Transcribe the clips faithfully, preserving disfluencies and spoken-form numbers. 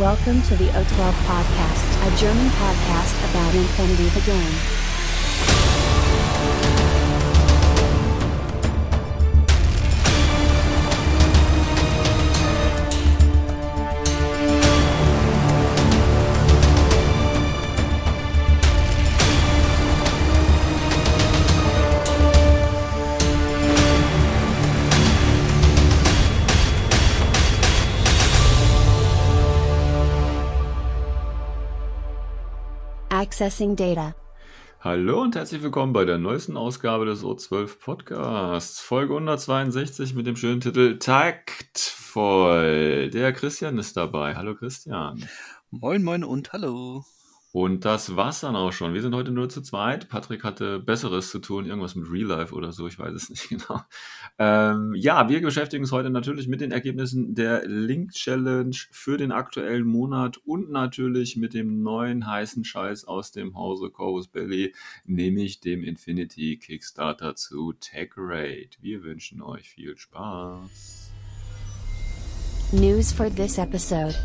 Welcome to the O twelve Podcast, a German podcast about Infinity the game. Accessing Data. Hallo und herzlich willkommen bei der neuesten Ausgabe des O zwölf Podcasts, Folge hundertzweiundsechzig mit dem schönen Titel Taktvoll. Der Christian ist dabei. Hallo Christian. Moin, moin und hallo. Und das war's dann auch schon. Wir sind heute nur zu zweit. Patrick hatte Besseres zu tun, irgendwas mit Real Life oder so, ich weiß es nicht genau. Ähm, ja, wir beschäftigen uns heute natürlich mit den Ergebnissen der Link Challenge für den aktuellen Monat und natürlich mit dem neuen heißen Scheiß aus dem Hause Corvus Belli, nämlich dem Infinity Kickstarter zu Techrate. Wir wünschen euch viel Spaß. News for this episode.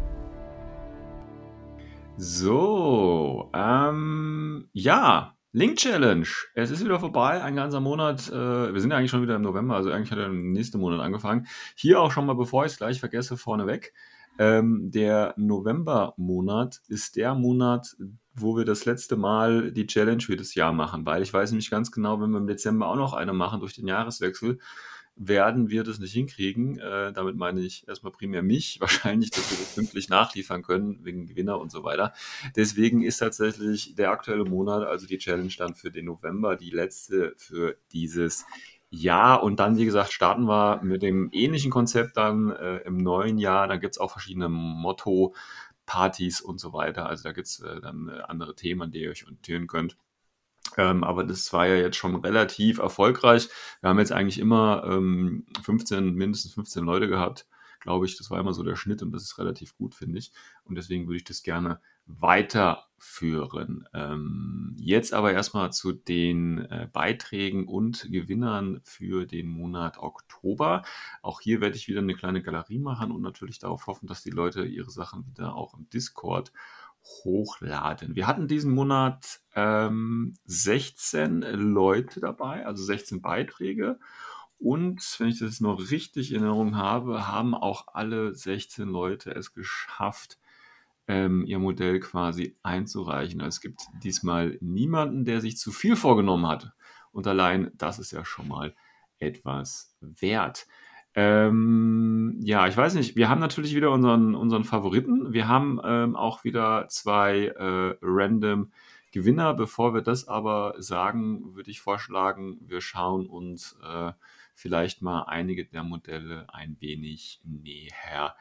So, ähm, ja, Link Challenge. Es ist wieder vorbei, ein ganzer Monat. Äh, wir sind ja eigentlich schon wieder im November, also eigentlich hat er im nächsten Monat angefangen. Hier auch schon mal, bevor ich es gleich vergesse, vorneweg. Ähm, der Novembermonat ist der Monat, wo wir das letzte Mal die Challenge für das Jahr machen, weil ich weiß nämlich ganz genau, wenn wir im Dezember auch noch eine machen durch den Jahreswechsel, werden wir das nicht hinkriegen. Äh, damit meine ich erstmal primär mich, wahrscheinlich, dass wir das pünktlich nachliefern können, wegen Gewinner und so weiter. Deswegen ist tatsächlich der aktuelle Monat, also die Challenge dann für den November, die letzte für dieses Jahr. Und dann, wie gesagt, starten wir mit dem ähnlichen Konzept dann äh, im neuen Jahr. Da gibt es auch verschiedene Motto-Partys und so weiter. Also da gibt es äh, dann äh, andere Themen, an die ihr euch orientieren könnt. Ähm, aber das war ja jetzt schon relativ erfolgreich. Wir haben jetzt eigentlich immer ähm, fünfzehn, mindestens fünfzehn Leute gehabt, glaube ich. Das war immer so der Schnitt und das ist relativ gut, finde ich. Und deswegen würde ich das gerne weiterführen. Ähm, jetzt aber erstmal zu den äh, Beiträgen und Gewinnern für den Monat Oktober. Auch hier werde ich wieder eine kleine Galerie machen und natürlich darauf hoffen, dass die Leute ihre Sachen wieder auch im Discord hochladen. Wir hatten diesen Monat ähm, sechzehn Leute dabei, also sechzehn Beiträge. Und wenn ich das noch richtig in Erinnerung habe, haben auch alle sechzehn Leute es geschafft, ähm, ihr Modell quasi einzureichen. Also es gibt diesmal niemanden, der sich zu viel vorgenommen hat. Und allein das ist ja schon mal etwas wert. Ähm, ja, ich weiß nicht, wir haben natürlich wieder unseren, unseren Favoriten. Wir haben ähm, auch wieder zwei äh, random Gewinner. Bevor wir das aber sagen, würde ich vorschlagen, wir schauen uns äh, vielleicht mal einige der Modelle ein wenig näher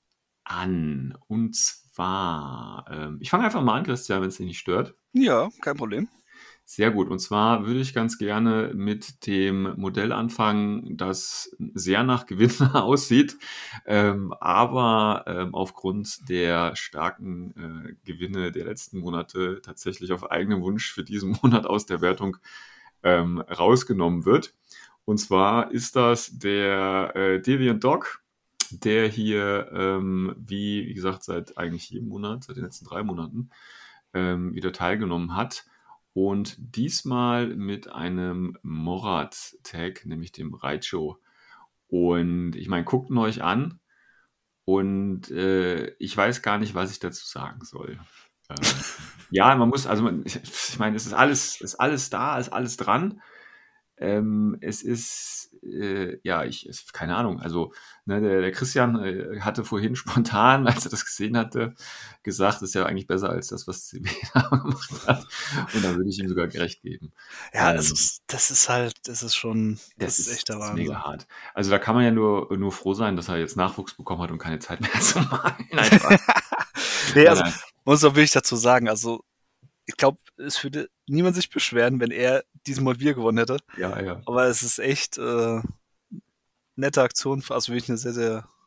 an. Und zwar, ähm, ich fange einfach mal an, Christian, wenn es dich nicht stört. Ja, kein Problem. Sehr gut. Und zwar würde ich ganz gerne mit dem Modell anfangen, das sehr nach Gewinner aussieht, ähm, aber ähm, aufgrund der starken äh, Gewinne der letzten Monate tatsächlich auf eigenen Wunsch für diesen Monat aus der Wertung ähm, rausgenommen wird. Und zwar ist das der äh, Deviant Dog, der hier, ähm, wie, wie gesagt, seit eigentlich jedem Monat, seit den letzten drei Monaten, ähm, wieder teilgenommen hat. Und diesmal mit einem Morat-Tag, nämlich dem Raicho. Und ich meine, guckt ihn euch an und äh, ich weiß gar nicht, was ich dazu sagen soll. Ähm, ja, man muss, also man, ich, ich meine, es ist alles, ist alles da, ist alles dran. Ähm, es ist, äh, ja, ich, es, keine Ahnung, also ne, der, der Christian äh, hatte vorhin spontan, als er das gesehen hatte, gesagt, ist ja eigentlich besser als das, was C B gemacht hat. Und da würde ich ihm sogar gerecht geben. Ja, Ähm, das ist, das ist halt, das ist schon, das, das ist ist, echt der das ist Wahnsinn. mega hart. Also da kann man ja nur, nur froh sein, dass er jetzt Nachwuchs bekommen hat und keine Zeit mehr zu malen. Nein, Spaß. Nee, Nein, also, nein. muss auch wirklich dazu sagen, also, ich glaube, es würde niemand sich beschweren, wenn er diesmal wir gewonnen hätte. Ja, ja. Aber es ist echt äh, nette Aktion, also wirklich eine sehr, sehr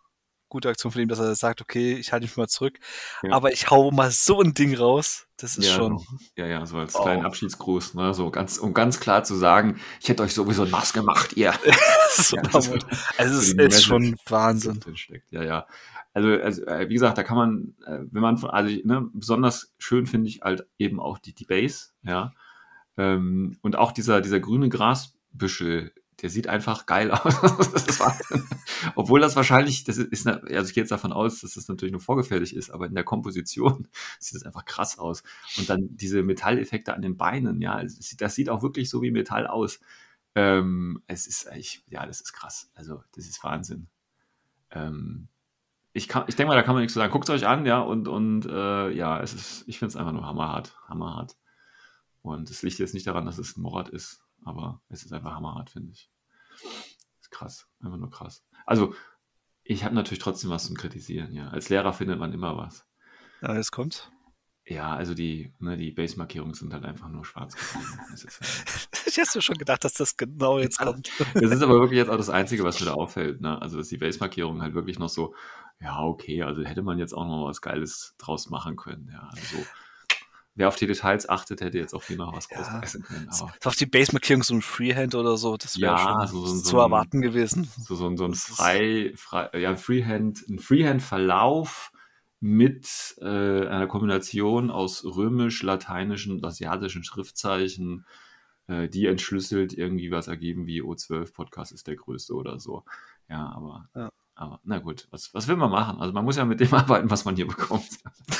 gute Aktion von ihm, dass er sagt, okay, ich halte mich mal zurück, Ja. aber ich hau mal so ein Ding raus. Das ist Ja, schon. so. Ja, ja, so als Oh. kleinen Abschiedsgruß, ne? So ganz, um ganz klar zu sagen, ich hätte euch sowieso nass gemacht, ihr. so Ja, das also ist- es so ist, die ist schon Message, Wahnsinn. das drin steckt. Ja, ja. Also, also äh, wie gesagt, da kann man, äh, wenn man von, also ich, ne, besonders schön finde ich halt eben auch die, die Base, ja. Ähm, und auch dieser, dieser grüne Grasbüschel, der sieht einfach geil aus. Das ist Wahnsinn. Obwohl das wahrscheinlich, das ist, eine- also ich gehe jetzt davon aus, dass das natürlich nur vorgefertigt ist, aber in der Komposition sieht das einfach krass aus. Und dann diese Metalleffekte an den Beinen, ja, es sieht- das sieht auch wirklich so wie Metall aus. Ähm, es ist eigentlich, ja, das ist krass. Also, das ist Wahnsinn. Ähm, ich kann, ich denke mal, da kann man nichts zu sagen. Guckt es euch an, ja, und, und äh, ja, es ist, ich finde es einfach nur hammerhart, hammerhart. Und es liegt jetzt nicht daran, dass es ein Morat ist, aber es ist einfach hammerhart, finde ich. Ist krass, einfach nur krass. Also, ich habe natürlich trotzdem was zum Kritisieren, ja. Als Lehrer findet man immer was. Ja, jetzt kommt. Ja, also die, ne, die Base-Markierungen sind halt einfach nur schwarz geblieben. Das ist, halt- Ich hätte schon gedacht, dass das genau jetzt kommt. das ist aber wirklich jetzt auch das Einzige, was mir da auffällt, ne? Also, dass die Base-Markierungen halt wirklich noch so, ja, okay, also hätte man jetzt auch noch was Geiles draus machen können, ja. Also, so, wer auf die Details achtet, hätte jetzt auch hier noch was Ja. rausreißen können. Aber Auf die Base-Markierung so ein Freehand oder so, das wäre Ja, schon so- so- so zu ein- erwarten gewesen. so, so, ein- so ein Das ist- frei, frei ja, Freehand, ein Freehand-Verlauf mit äh, einer Kombination aus römisch, lateinischen und asiatischen Schriftzeichen, äh, die entschlüsselt irgendwie was ergeben wie O zwölf Podcast ist der größte oder so. Ja, aber, Ja. aber na gut, was, was will man machen? Also man muss ja mit dem arbeiten, was man hier bekommt.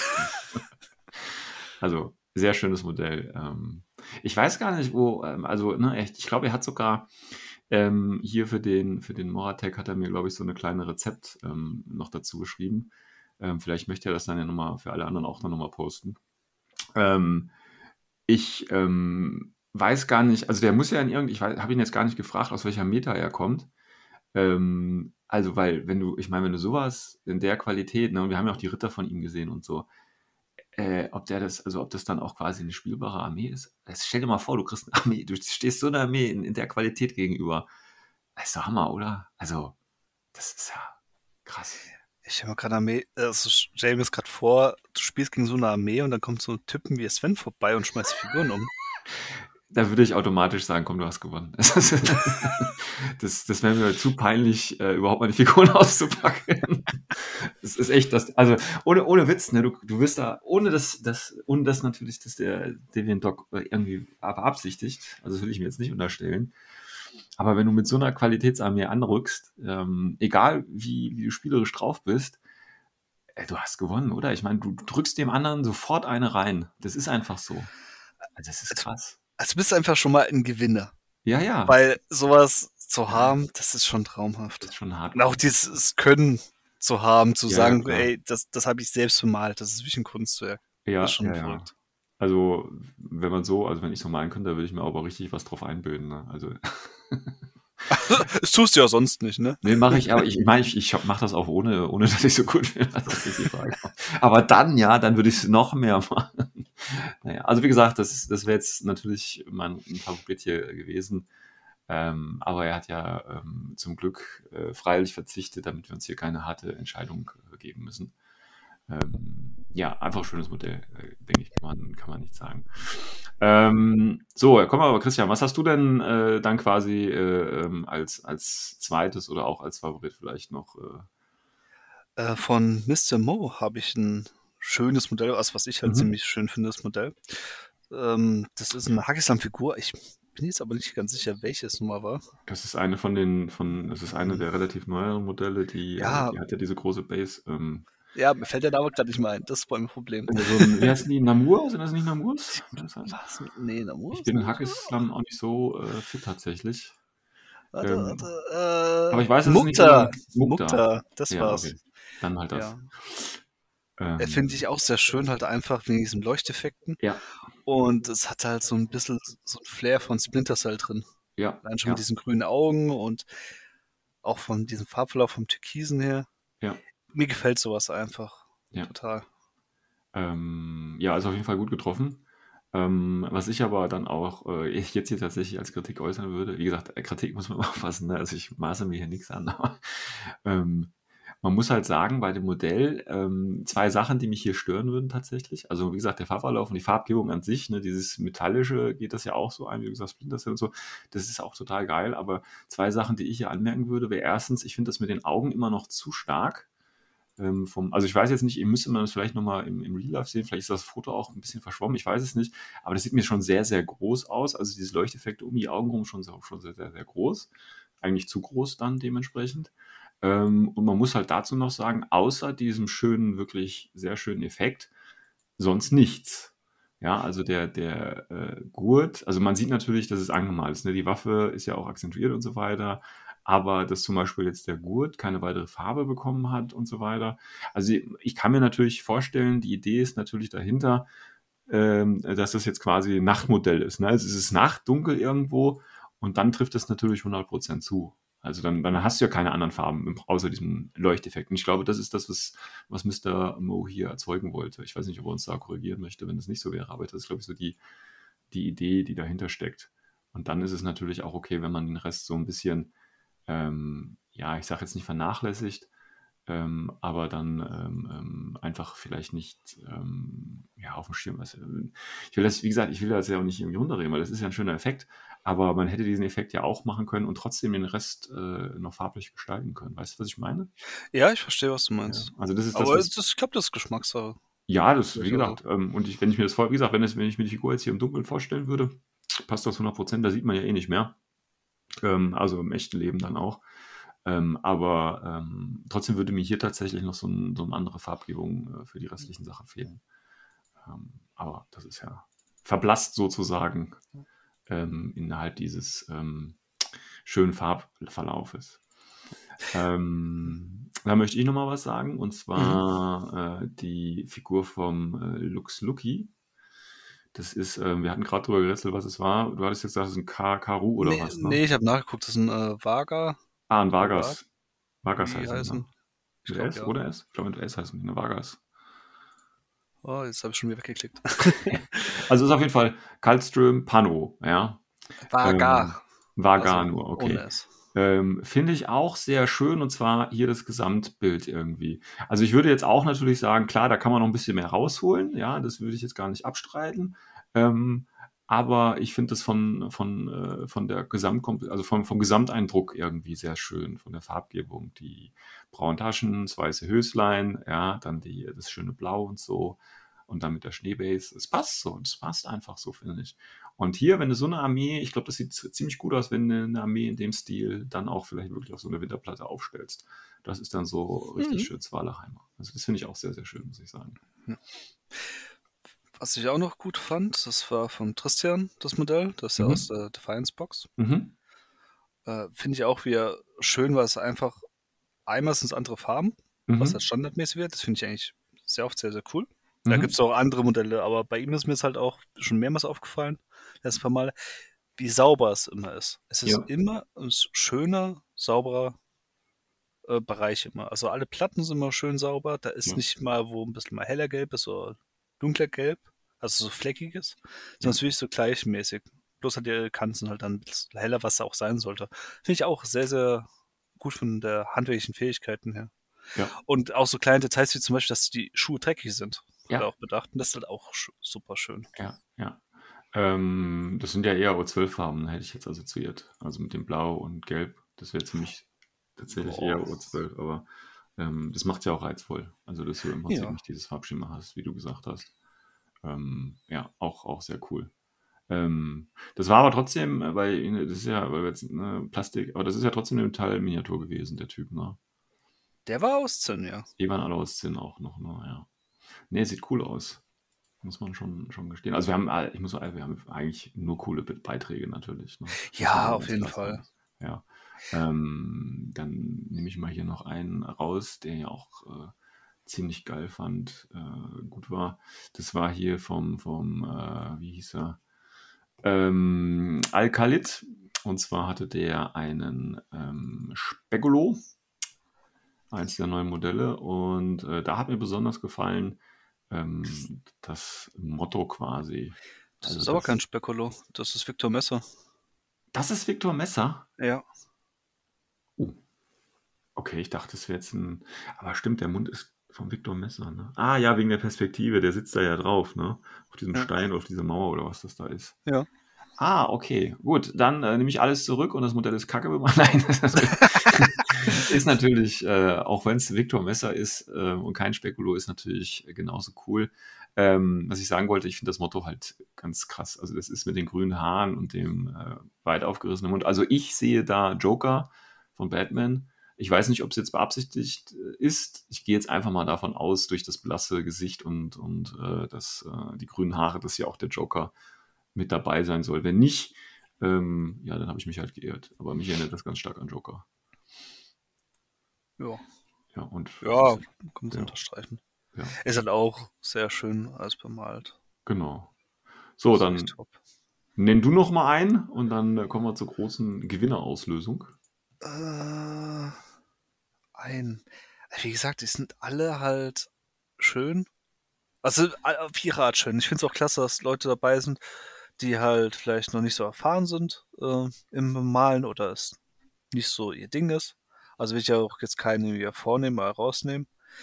Also sehr schönes Modell. Ähm, ich weiß gar nicht, wo, ähm, also ne, echt, ich glaube, er hat sogar ähm, hier für den, für den Moratec hat er mir, glaube ich, so eine kleine Rezept ähm, noch dazu geschrieben. Ähm, vielleicht möchte er das dann ja nochmal für alle anderen auch noch mal posten. Ähm, ich ähm, weiß gar nicht, also der muss ja in irgendeinem, ich habe ihn jetzt gar nicht gefragt, aus welcher Meta er kommt. Ähm, also, weil, wenn du, ich meine, wenn du sowas in der Qualität, ne, und wir haben ja auch die Ritter von ihm gesehen und so, äh, ob der das, also ob das dann auch quasi eine spielbare Armee ist. Also stell dir mal vor, du kriegst eine Armee, du stehst so einer Armee in, in der Qualität gegenüber. Das ist doch Hammer, oder? Also, das ist ja krass. Ich habe mir gerade Armee, also stell mir das gerade vor, du spielst gegen so eine Armee und dann kommt so ein Typen wie Sven vorbei und schmeißt Figuren um. Da würde ich automatisch sagen, komm, du hast gewonnen. Das, das wäre mir zu peinlich, äh, überhaupt meine Figuren auszupacken. Das ist echt, das, also ohne, ohne Witz, ne, du, du wirst da, ohne das, das, ohne das natürlich, dass der Deviant Dog irgendwie beabsichtigt, also das will ich mir jetzt nicht unterstellen, aber wenn du mit so einer Qualitätsarmee anrückst, ähm, egal wie, wie du spielerisch drauf bist, äh, du hast gewonnen, oder? Ich meine, du drückst dem anderen sofort eine rein. Das ist einfach so. Also das ist krass. Also bist du einfach schon mal ein Gewinner. Ja, ja. Weil sowas zu haben, das ist schon traumhaft. Das ist schon hart. Und auch dieses Können zu haben, zu Ja, sagen, ja, ey, das, das habe ich selbst bemalt, das ist wie ein Kunstwerk. Ja, Das ist schon ja, ja. verrückt. Also, wenn man so, also wenn ich so malen könnte, da würde ich mir aber richtig was drauf einbilden. Ne? Also, Das tust du ja sonst nicht, ne? nee, mache ich, aber ich meine, ich, ich mache das auch ohne, ohne dass ich so gut bin. Also, das ist die Frage. Aber dann, ja, dann würde ich es noch mehr machen. Naja, also wie gesagt, das, das wäre jetzt natürlich mein Favorit hier gewesen. Ähm, aber er hat ja ähm, zum Glück äh, freiwillig verzichtet, damit wir uns hier keine harte Entscheidung äh, geben müssen. Ähm, ja, einfach schönes Modell, äh, denke ich, kann man, kann man nicht sagen. Ähm, so, kommen wir aber, Christian, was hast du denn äh, dann quasi äh, ähm, als, als zweites oder auch als Favorit vielleicht noch? Äh, Äh, von Mister Mo habe ich ein schönes Modell, also was ich halt Mhm. ziemlich schön finde, das Modell. Ähm, das ist eine Hagisam-Figur. Ich bin jetzt aber nicht ganz sicher, welches Nummer war. das ist eine von den, von, das ist eine der relativ neueren Modelle, die, Ja. äh, die hat ja diese große Base. Ähm, Ja, mir fällt der Name gerade nicht mehr ein. Das ist mein Problem. so ein, wie heißen die? Namur? Sind das nicht Namurs? Oder was heißt? Was? Nee, Namur? Ich bin in Hackislam auch nicht so äh, fit tatsächlich. Warte, ähm, warte. Äh, aber ich weiß, es ist nicht Mukta. so- Mukta. Mukta, das Ja, war's. okay. Dann halt das. Ja. Ähm, Er finde ich auch sehr schön, halt einfach wegen diesen Leuchteffekten. Ja, Und es hat halt so ein bisschen so ein Flair von Splinter Cell drin. ja. Allein schon ja. mit diesen grünen Augen und auch von diesem Farbverlauf vom Türkisen her. Ja. Mir gefällt sowas einfach. Ja. Total. Ähm, ja, ist auf jeden Fall gut getroffen. Ähm, was ich aber dann auch äh, ich jetzt hier tatsächlich als Kritik äußern würde, wie gesagt, äh, Kritik muss man immer aufpassen, ne? Also ich maße mir hier nichts an. Aber, ähm, Man muss halt sagen, bei dem Modell, ähm, zwei Sachen, die mich hier stören würden tatsächlich. Also wie gesagt, der Farbverlauf und die Farbgebung an sich, ne, dieses Metallische geht das ja auch so ein, wie du gesagt, Splinter Cell und so. Das ist auch total geil. Aber zwei Sachen, die ich hier anmerken würde, wäre erstens, ich finde das mit den Augen immer noch zu stark. Ähm, vom, also ich weiß jetzt nicht, ihr müsste man das vielleicht nochmal im, im Real Life sehen, vielleicht ist das Foto auch ein bisschen verschwommen, ich weiß es nicht, aber das sieht mir schon sehr, sehr groß aus, also diese Leuchteffekte um die Augen rum schon, sehr- schon sehr, sehr, sehr groß, eigentlich zu groß dann dementsprechend. Ähm, und man muss halt dazu noch sagen, außer diesem schönen, wirklich sehr schönen Effekt, sonst nichts. Ja, also der, der äh, Gurt, also man sieht natürlich, dass es angemalt ist. Ne? Die Waffe ist ja auch akzentuiert und so weiter, aber dass zum Beispiel jetzt der Gurt keine weitere Farbe bekommen hat und so weiter. Also ich kann mir natürlich vorstellen, die Idee ist natürlich dahinter, ähm, dass das jetzt quasi ein Nachtmodell ist. Ne? Also es ist Nacht, dunkel irgendwo und dann trifft es natürlich hundert Prozent zu. Also dann, dann hast du ja keine anderen Farben im- außer diesem Leuchteffekt. Und ich glaube, das ist das, was, was Mister Mo hier erzeugen wollte. Ich weiß nicht, ob er uns da korrigieren möchte, wenn das nicht so wäre, aber das ist, glaube ich, so die, die Idee, die dahinter steckt. Und dann ist es natürlich auch okay, wenn man den Rest so ein bisschen, ähm, ja, ich sage jetzt nicht vernachlässigt, ähm, aber dann ähm, ähm, einfach vielleicht nicht ähm, ja, auf dem Schirm. Was, äh, ich will das, wie gesagt, ich will das ja auch nicht irgendwie runterreden, weil das ist ja ein schöner Effekt, aber man hätte diesen Effekt ja auch machen können und trotzdem den Rest äh, noch farblich gestalten können. Weißt du, was ich meine? Ja, ich verstehe, was du Ja. meinst. Also das ist das, Aber was es ist, ich glaube, das ist Geschmackssache. ja, das, wie Durchaus. gesagt, ähm, und ich, wenn ich mir das vor, wie gesagt, wenn, es, wenn ich mir die Figur jetzt hier im Dunkeln vorstellen würde, passt das hundert Prozent, da sieht man ja eh nicht mehr. Ähm, also im echten Leben dann auch. Ähm, aber ähm, trotzdem würde mir hier tatsächlich noch so, ein, so eine andere Farbgebung äh, für die restlichen Sachen fehlen. Ähm, aber das ist ja verblasst sozusagen ähm, innerhalb dieses ähm, schönen Farbverlaufes. Ähm, da möchte ich nochmal was sagen, und Mhm. zwar äh, die Figur vom äh, Lux Lucky. Das ist, ähm, wir hatten gerade drüber gerätselt, was es war. Du hattest jetzt gesagt, das ist ein Ka Karu oder Nee, was, ne? nee, ich habe nachgeguckt, das ist ein äh, Vaga. Ah, ein Oder Vag, Vargas. Vargas wie die heißen die, ne? heißen. Ich Mit glaube, S ja. oder S? Ich glaube, mit S heißen die, ne? Vargas. Oh, jetzt habe ich schon wieder weggeklickt. Also ist auf jeden Fall Kallström Pano, ja. Vaga. Ähm, Vagar Also nur, ohne okay. S. Ähm, finde ich auch sehr schön, und zwar hier das Gesamtbild irgendwie. Also ich würde jetzt auch natürlich sagen, klar, da kann man noch ein bisschen mehr rausholen, ja, das würde ich jetzt gar nicht abstreiten. Ähm, aber ich finde das von, von, äh, von der Gesamtkom also vom, vom Gesamteindruck irgendwie sehr schön, von der Farbgebung. Die braunen Taschen, das weiße Höslein, ja, dann die, das schöne Blau und so. Und dann mit der Schneebase. Es passt so, es passt einfach so, finde ich. Und hier, wenn du so eine Armee, ich glaube, das sieht ziemlich gut aus, wenn du eine Armee in dem Stil dann auch vielleicht wirklich auf so eine Winterplatte aufstellst. Das ist dann so richtig Mhm. schön Zwaleheimer. Also das finde ich auch sehr, sehr schön, muss ich sagen. Was ich auch noch gut fand, das war von Tristian, das Modell. Das ist ja aus Mhm. der Defiance-Box. Mhm. Äh, Finde ich auch wieder schön, weil es einfach einmal sind es andere Farben, was halt Mhm. standardmäßig wird. Das finde ich eigentlich sehr oft sehr, sehr cool. Da gibt Mhm. es auch andere Modelle, aber bei ihm ist mir es halt auch schon mehrmals aufgefallen, letztes paar Mal, wie sauber es immer ist. Es ist Ja. immer ein schöner, sauberer äh, Bereich immer. Also alle Platten sind immer schön sauber. Da ist Ja. nicht mal, wo ein bisschen mal heller gelb ist oder dunkler gelb, also so fleckiges, sondern Ja. es ist wirklich so gleichmäßig. Bloß hat die Kanten halt dann ein bisschen heller, was da auch sein sollte. Finde ich auch sehr, sehr gut von der handwerklichen Fähigkeiten her. Ja. Und auch so kleine Details wie zum Beispiel, dass die Schuhe dreckig sind. Hat er Ja. auch bedacht. Und das ist halt auch sch- super schön. Ja. Ja. Ähm, das sind ja eher O zwölf Farben, hätte ich jetzt assoziiert. Also mit dem Blau und Gelb. Das wäre ziemlich tatsächlich eher Boah. O zwölf, aber ähm, das macht es ja auch reizvoll. Also, dass du im Prinzip Ja. nicht dieses Farbschema hast, wie du gesagt hast. Ähm, ja, auch, auch sehr cool. Ähm, das war aber trotzdem, äh, weil äh, das ist ja, weil wir jetzt, ne, Plastik, aber das ist ja trotzdem eine Metallminiatur gewesen, der Typ, ne? Der war aus Zinn, ja. Die waren alle aus Zinn auch noch, ne? Ja. Ne, sieht cool aus. Muss man schon, schon gestehen. Also wir haben, äh, ich muss sagen, wir haben eigentlich nur coole Be- Beiträge natürlich, ne? Muss man Ja, mal auf ganz jeden klar Fall. sagen. Ja. Ähm, dann nehme ich mal hier noch einen raus, der ja auch äh, ziemlich geil fand, äh, gut war. Das war hier vom, vom äh, wie hieß er? Ähm, Alkalit. Und zwar hatte der einen ähm, Speculo, eins der neuen Modelle. Und äh, da hat mir besonders gefallen ähm, das Motto quasi. Das Also ist aber kein das, Spekulo. Das ist Victor Messer. das ist Viktor Messer. Ja. Oh, Okay, ich dachte, es wäre jetzt ein. Aber stimmt, der Mund ist von Viktor Messer, ne? Ah ja, wegen der Perspektive, der sitzt da ja drauf, ne? Auf diesem Ja. Stein, auf dieser Mauer oder was das da ist. Ja. Ah, okay, gut, dann äh, nehme ich alles zurück und das Modell ist kacke bemalt. Nein, das ist, ist natürlich, äh, auch wenn es Viktor Messer ist äh, und kein Spekulo, ist natürlich genauso cool. Ähm, was ich sagen wollte, ich finde das Motto halt ganz krass. Also das ist mit den grünen Haaren und dem äh, weit aufgerissenen Mund. Also ich sehe da Joker von Batman. Ich weiß nicht, ob es jetzt beabsichtigt äh, ist. Ich gehe jetzt einfach mal davon aus, durch das blasse Gesicht und, und äh, das, äh, die grünen Haare, dass ja auch der Joker mit dabei sein soll. Wenn nicht, ähm, ja, dann habe ich mich halt geirrt. Aber mich erinnert das ganz stark an Joker. Ja. Ja, und Ja, das- kann man so ja. unterstreichen. ja, Ist halt auch sehr schön alles bemalt. genau. So, Ist dann echt top. nenn du noch mal ein und dann äh, kommen wir zur großen Gewinnerauslösung. Äh, ein. Wie gesagt, die sind alle halt schön. Also alle auf ihre Art schön. Ich finde es auch klasse, dass Leute dabei sind, die halt vielleicht noch nicht so erfahren sind äh, im Malen oder es nicht so ihr Ding ist. Also will ich ja auch jetzt keinen irgendwie vornehmen oder rausnehmen.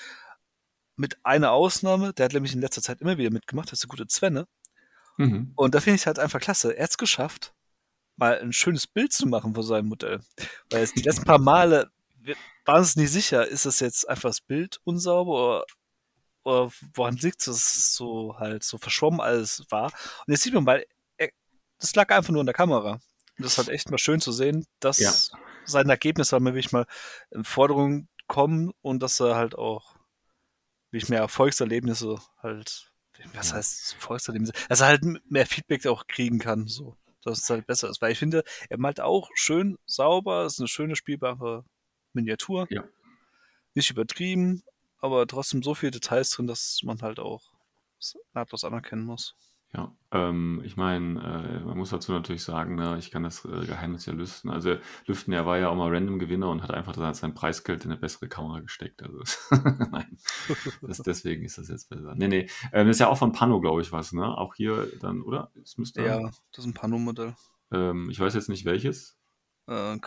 Mit einer Ausnahme, der hat nämlich in letzter Zeit immer wieder mitgemacht, das ist der gute Zwenne. Mhm. Und da finde ich es halt einfach klasse. Er hat es geschafft, mal ein schönes Bild zu machen von seinem Modell. Weil es die letzten paar Male wir waren uns nicht sicher, ist das jetzt einfach das Bild unsauber oder, oder woran liegt es, dass es so halt so verschwommen alles war. Und jetzt sieht man mal, er, das lag einfach nur in der Kamera. Und das ist halt echt mal schön zu sehen, dass Ja. sein Ergebnis halt mal wirklich mal in Forderung kommen und dass er halt auch wirklich mehr Erfolgserlebnisse halt, was Ja. heißt Erfolgserlebnisse, dass er halt mehr Feedback auch kriegen kann, so, dass es halt besser ist. Weil ich finde, er malt auch schön sauber, ist eine schöne spielbare Miniatur, Ja. nicht übertrieben, aber trotzdem so viele Details drin, dass man halt auch nahtlos anerkennen muss. Ja, ähm, ich meine, äh, man muss dazu natürlich sagen, ne, ich kann das äh, Geheimnis ja lüften. Also lüften, er war ja auch mal Random-Gewinner und hat einfach sein- sein Preisgeld in eine bessere Kamera gesteckt. Also nein, das, deswegen ist das jetzt besser. Nee, nee, ähm, das ist ja auch von Pano, glaube ich, was, ne? Auch hier dann, oder? Es müsste, Ja, das ist ein Pano-Modell. ähm, ich weiß jetzt nicht welches. Äh,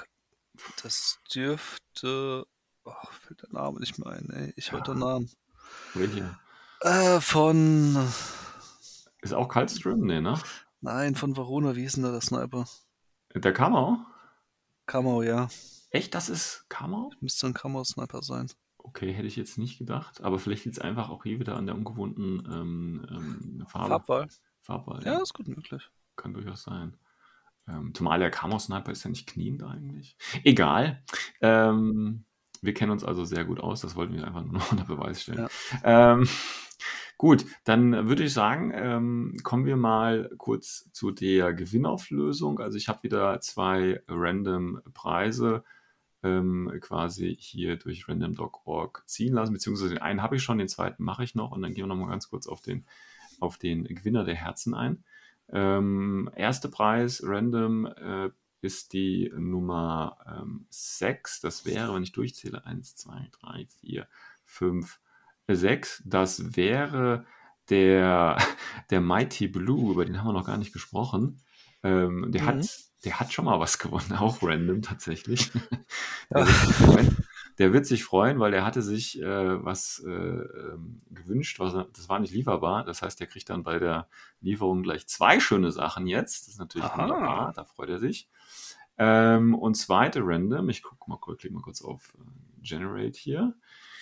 das dürfte. Oh, fällt der Name nicht mehr ein, ey. Ich heute Ja. Namen. Welche? Äh, von. Ist auch Kaltstream? Nee, ne? Nein, von Varuna, wie hieß denn da der Sniper? Der Kamau? Kamau, ja. Echt, das ist Kamau? Müsste ein Kamau-Sniper sein. Okay, hätte ich jetzt nicht gedacht. Aber vielleicht liegt es einfach auch hier wieder an der ungewohnten ähm, ähm, Farbe. Farbwahl. Farbwahl, Ja, ja. ist gut möglich. Kann durchaus sein. Ähm, zumal der Camo-Sniper ist ja nicht kniend eigentlich. Egal. Ähm, wir kennen uns also sehr gut aus. Das wollten wir einfach nur noch unter Beweis stellen. Ja. Ähm, gut, dann würde ich sagen, ähm, kommen wir mal kurz zu der Gewinnauflösung. Also ich habe wieder zwei random Preise ähm, quasi hier durch random punkt org ziehen lassen, beziehungsweise den einen habe ich schon, den zweiten mache ich noch und dann gehen wir noch mal ganz kurz auf den, auf den Gewinner der Herzen ein. Ähm, erster Preis, random, äh, ist die Nummer ähm, sechs. Das wäre, wenn ich durchzähle, eins, zwei, drei, vier, fünf, sechs. Das wäre der, der Mighty Blue, über den haben wir noch gar nicht gesprochen. Ähm, der, Mhm. hat, der hat schon mal was gewonnen, auch random tatsächlich. Ja. Der wird sich freuen. Der wird sich freuen, weil der hatte sich äh, was äh, ähm, gewünscht, was er, das war nicht lieferbar. Das heißt, der kriegt dann bei der Lieferung gleich zwei schöne Sachen jetzt. Das ist natürlich Aha. wunderbar, da freut er sich. Ähm, und zweite Random, ich gucke mal kurz, klick mal kurz auf äh, Generate hier.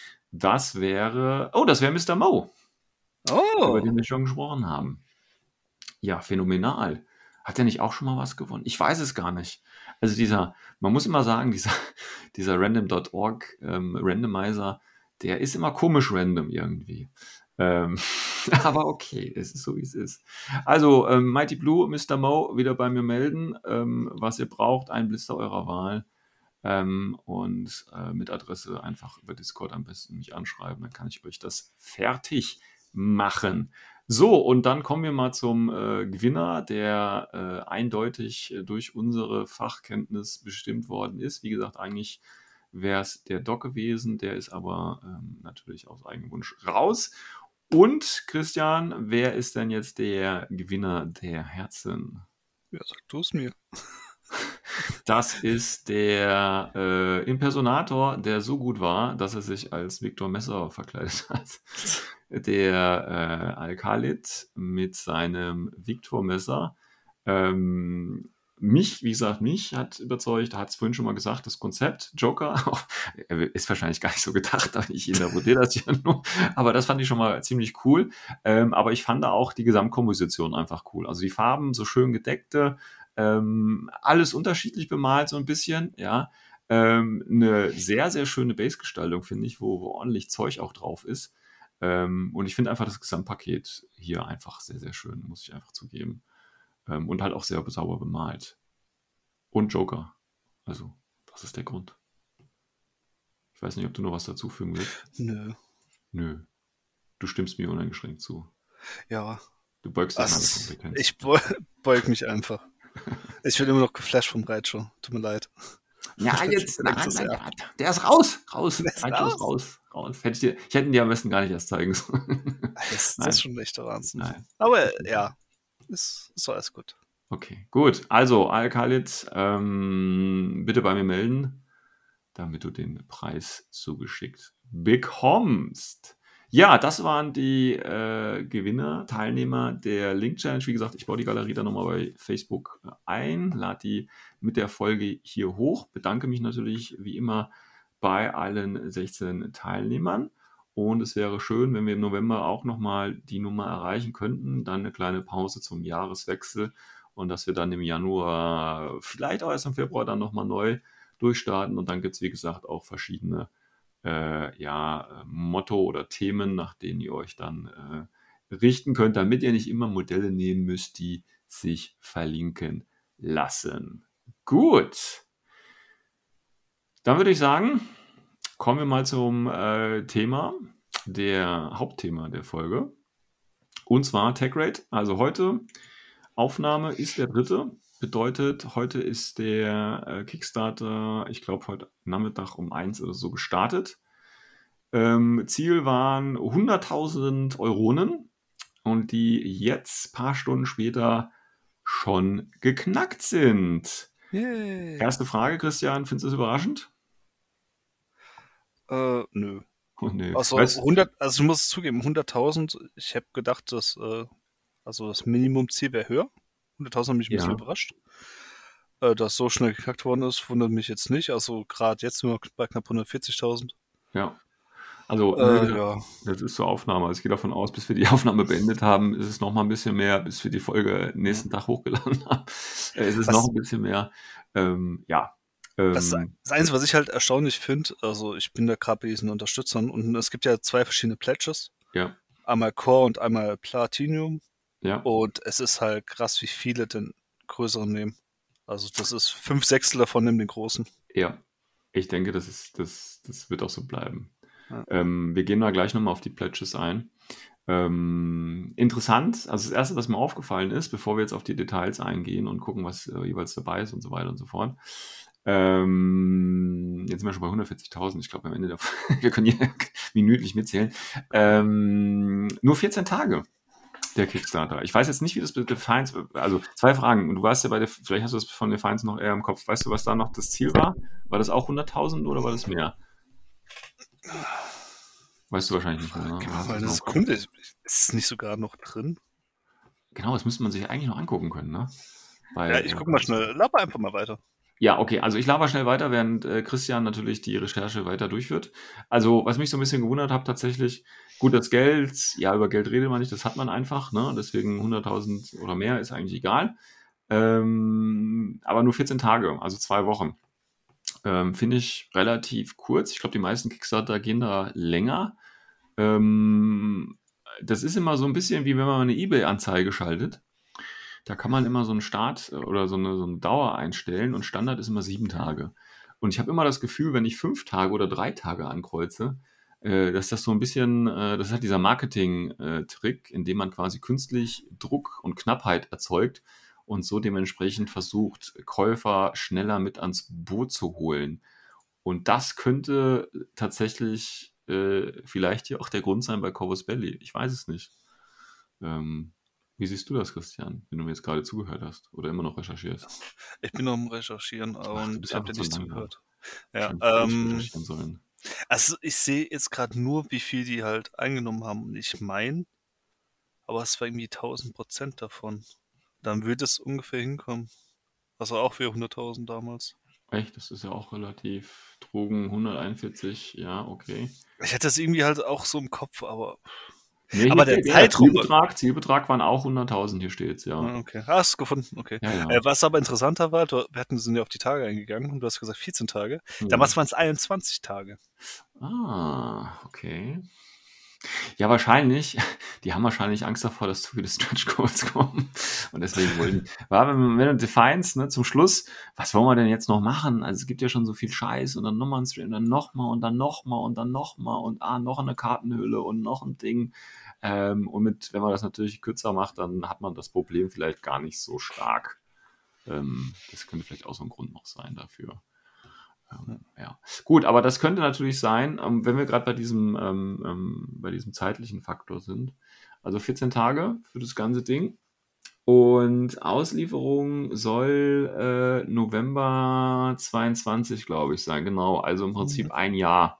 Das wäre, oh, das wäre Mister Mo, Oh. über den wir schon gesprochen haben. Ja, phänomenal. Hat er nicht auch schon mal was gewonnen? Ich weiß es gar nicht. Also dieser, man muss immer sagen, dieser, dieser random punkt org ähm, Randomizer, der ist immer komisch random irgendwie. Ähm, aber okay, es ist so, wie es ist. Also, ähm, Mighty Blue, Mister Mo, wieder bei mir melden, ähm, was ihr braucht, ein Blister eurer Wahl. Ähm, und äh, mit Adresse einfach über Discord am besten mich anschreiben, dann kann ich euch das fertig machen. So, und dann kommen wir mal zum äh, Gewinner, der äh, eindeutig äh, durch unsere Fachkenntnis bestimmt worden ist. Wie gesagt, eigentlich wäre es der Doc gewesen, der ist aber ähm, natürlich aus eigenem Wunsch raus. Und Christian, wer ist denn jetzt der Gewinner der Herzen? Ja, sag du es mir. Das ist der äh, Impersonator, der so gut war, dass er sich als Viktor Messer verkleidet hat. Der äh, Al-Khalid mit seinem Viktor-Messer. Ähm, mich, wie gesagt, mich hat überzeugt, hat es vorhin schon mal gesagt, das Konzept Joker ist wahrscheinlich gar nicht so gedacht, aber ich interpretiere das ja nur. Aber das fand ich schon mal ziemlich cool. Ähm, aber ich fand auch die Gesamtkomposition einfach cool. Also die Farben, so schön gedeckte, ähm, alles unterschiedlich bemalt, so ein bisschen, ja. Ähm, eine sehr, sehr schöne Bassgestaltung, finde ich, wo, wo ordentlich Zeug auch drauf ist. Ähm, und ich finde einfach das Gesamtpaket hier einfach sehr, sehr schön, muss ich einfach zugeben. Ähm, und halt auch sehr sauber bemalt. Und Joker. Also, das ist der Grund. Ich weiß nicht, ob du noch was dazu fügen willst. Nö. Nö. Du stimmst mir uneingeschränkt zu. Ja. Du beugst dich Also, meiner Kompetenz. ich beu beug mich einfach. Ich bin immer noch geflasht vom Raicho. Tut mir leid. Ja, jetzt, Direkt nein, so nein, sehr. ja, der ist raus, raus, Der ist Raicho ist raus? raus, raus. Hätte ich, dir, ich hätte ihn dir am besten gar nicht erst zeigen sollen. Das, das ist Nein, schon echt der Wahnsinn. nein. Aber ja, ist, ist alles gut. Okay, gut. Also, Al-Khalid, ähm, bitte bei mir melden, damit du den Preis zugeschickt bekommst. Ja, das waren die äh, Gewinner, Teilnehmer der Link Challenge. Wie gesagt, ich baue die Galerie dann nochmal bei Facebook ein, lade die mit der Folge hier hoch. Bedanke mich natürlich wie immer bei allen sechzehn Teilnehmern. Und es wäre schön, wenn wir im November auch nochmal die Nummer erreichen könnten. Dann eine kleine Pause zum Jahreswechsel und dass wir dann im Januar, vielleicht auch erst im Februar, dann nochmal neu durchstarten. Und dann gibt es, wie gesagt, auch verschiedene äh, ja, Motto oder Themen, nach denen ihr euch dann äh, richten könnt, damit ihr nicht immer Modelle nehmen müsst, die sich verlinken lassen. Gut. Dann würde ich sagen, kommen wir mal zum äh, Thema, der Hauptthema der Folge. Und zwar TechRate. Also heute, Aufnahme ist der dritte. Bedeutet, heute ist der äh, Kickstarter, ich glaube, heute Nachmittag um eins oder so gestartet. Ähm, Ziel waren hunderttausend Euronen und die jetzt, paar Stunden später, schon geknackt sind. Yay. Erste Frage, Christian, findest du es überraschend? Äh, nö. Oh, nee. Also Weißt, hundert, also ich muss es zugeben, hunderttausend, ich habe gedacht, dass äh, also das Minimumziel wäre höher. hunderttausend hat mich ein bisschen ja, überrascht. Äh, dass so schnell geknackt worden ist, wundert mich jetzt nicht. Also gerade jetzt sind wir bei knapp hundertvierzigtausend. ja. Also, wie Äh, gesagt, ja. das ist zur Aufnahme. Also ich gehe davon aus, bis wir die Aufnahme beendet haben, ist es noch mal ein bisschen mehr, bis wir die Folge nächsten Tag hochgeladen haben. Äh, ist es noch Was, ein bisschen mehr. Ähm, ja. was, Ähm, das Einzige, was ich halt erstaunlich finde, also ich bin da gerade bei diesen Unterstützern und es gibt ja zwei verschiedene Pledges. ja, Einmal Core und einmal Platinum. ja, Und es ist halt krass, wie viele den größeren nehmen. Also das ist fünf Sechstel davon nehmen den großen. ja. Ich denke, das ist, das, das wird auch so bleiben. Ja. Ähm, wir gehen da gleich nochmal auf die Pledges ein. Ähm, interessant, also das Erste, was mir aufgefallen ist, bevor wir jetzt auf die Details eingehen und gucken, was äh, jeweils dabei ist und so weiter und so fort. Ähm, jetzt sind wir schon bei hundertvierzigtausend. Ich glaube, am Ende der wir können hier minütlich mitzählen. Ähm, nur vierzehn Tage. Der Kickstarter. Ich weiß jetzt nicht, wie das bei Defiance, also zwei Fragen. Du warst ja bei der, vielleicht hast du das von Defiance noch eher im Kopf. Weißt du, was da noch das Ziel war? War das auch hunderttausend oder war das mehr? Weißt du wahrscheinlich nicht mehr, ne? Gib Oder mir hast mal du es eine noch im Kopf? Sekunde. Ist es nicht sogar noch drin? Genau, das müsste man sich eigentlich noch angucken können, ne? Bei, Ja, ich äh, guck mal schnell. Laber einfach mal weiter. Ja, okay, also ich laber schnell weiter, während äh, Christian natürlich die Recherche weiter durchführt. Also, was mich so ein bisschen gewundert hat, tatsächlich, gut, das Geld, ja, über Geld redet man nicht, das hat man einfach, ne? Deswegen hunderttausend oder mehr ist eigentlich egal. Ähm, aber nur vierzehn Tage, also zwei Wochen. Ähm, finde ich relativ kurz. Ich glaube, die meisten Kickstarter gehen da länger. Ähm, das ist immer so ein bisschen wie wenn man eine eBay-Anzeige schaltet. Da kann man immer so einen Start oder so eine, so eine Dauer einstellen und Standard ist immer sieben Tage. Und ich habe immer das Gefühl, wenn ich fünf Tage oder drei Tage ankreuze, äh, dass das so ein bisschen, äh, das ist halt dieser Marketing-Trick, in dem man quasi künstlich Druck und Knappheit erzeugt und so dementsprechend versucht, Käufer schneller mit ans Boot zu holen. Und das könnte tatsächlich äh, vielleicht hier auch der Grund sein bei Corvus Belli. Ich weiß es nicht. Ähm, Wie siehst du das, Christian, wenn du mir jetzt gerade zugehört hast oder immer noch recherchierst? Ich bin noch am Recherchieren Ach, du und bist ich habe einfach dir so nicht langsam. zugehört. Ja, Wahrscheinlich hätte ich ähm, recherchieren sollen. also ich sehe jetzt gerade nur, wie viel die halt eingenommen haben. Und ich meine, aber es war irgendwie tausend Prozent davon. Dann würde es ungefähr hinkommen. Also auch für hunderttausend damals. Echt, das ist ja auch relativ. Drogen hunderteinundvierzig, ja, okay. Ich hatte das irgendwie halt auch so im Kopf, aber, Nee, hier aber der steht, ja, Zeitraum war. Zielbetrag, Zielbetrag waren auch hunderttausend, hier steht's, ja. Ah, okay. Ah, hast du gefunden, okay. Ja, Äh, ja. was aber interessanter war, du, wir hatten, sind ja auf die Tage eingegangen und du hast gesagt vierzehn Tage. Ja. Damals waren es einundzwanzig Tage. Ah, okay. Ja, wahrscheinlich. Die haben wahrscheinlich Angst davor, dass zu viele Stretch Goals kommen. Und deswegen wollen die. War, wenn, wenn du Defiance, ne, zum Schluss, was wollen wir denn jetzt noch machen? Also es gibt ja schon so viel Scheiß und dann nochmal ein Stream und dann nochmal und dann nochmal und dann nochmal und ah, noch eine Kartenhülle und noch ein Ding. Ähm, und mit, wenn man das natürlich kürzer macht, dann hat man das Problem vielleicht gar nicht so stark. Ähm, das könnte vielleicht auch so ein Grund noch sein dafür. Ähm, ja, gut, aber das könnte natürlich sein, ähm, wenn wir gerade bei diesem, ähm, ähm, bei diesem zeitlichen Faktor sind. Also vierzehn Tage für das ganze Ding. Und Auslieferung soll äh, November zweiundzwanzig, glaube ich, sein. Genau, also im Prinzip Mhm. ein Jahr.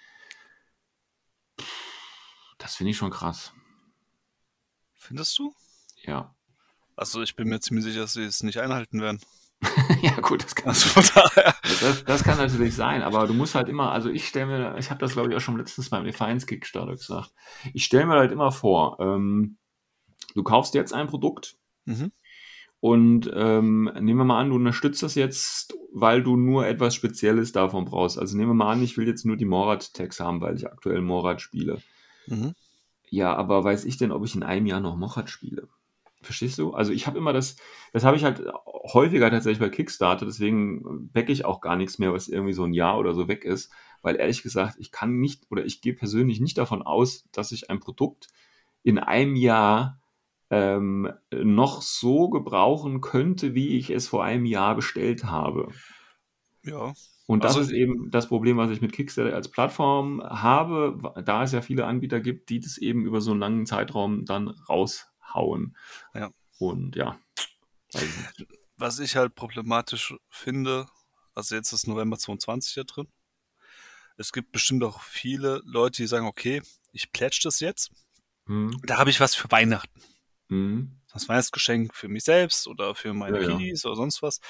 Das finde ich schon krass. Findest du? Ja. Also ich bin mir ziemlich sicher, dass sie es nicht einhalten werden. Ja, gut, das kann, Also von daher. das, das kann natürlich sein, aber du musst halt immer, also ich stelle mir, ich habe das glaube ich auch schon letztens beim Defiance Kickstarter gesagt, ich stelle mir halt immer vor, ähm, du kaufst jetzt ein Produkt Mhm. und ähm, nehmen wir mal an, du unterstützt das jetzt, weil du nur etwas Spezielles davon brauchst. Also nehmen wir mal an, ich will jetzt nur die Morat-Tags haben, weil ich aktuell Morat spiele. Mhm. Ja, aber weiß ich denn, ob ich in einem Jahr noch Morat spiele? Verstehst du? Also ich habe immer das, das habe ich halt häufiger tatsächlich bei Kickstarter, deswegen backe ich auch gar nichts mehr, was irgendwie so ein Jahr oder so weg ist, weil ehrlich gesagt, ich kann nicht oder ich gehe persönlich nicht davon aus, dass ich ein Produkt in einem Jahr ähm, noch so gebrauchen könnte, wie ich es vor einem Jahr bestellt habe. Ja. Und das Also ist eben das Problem, was ich mit Kickstarter als Plattform habe, da es ja viele Anbieter gibt, die das eben über so einen langen Zeitraum dann raushauen. ja. Und ja, weiß ich nicht. Was ich halt problematisch finde, also jetzt ist November zweiundzwanzig da drin. Es gibt bestimmt auch viele Leute, die sagen, okay, ich plätsch das jetzt. Hm. Da habe ich was für Weihnachten. Hm. Das Weihnachtsgeschenk für mich selbst oder für meine Ja, ja. Kiddies oder sonst was.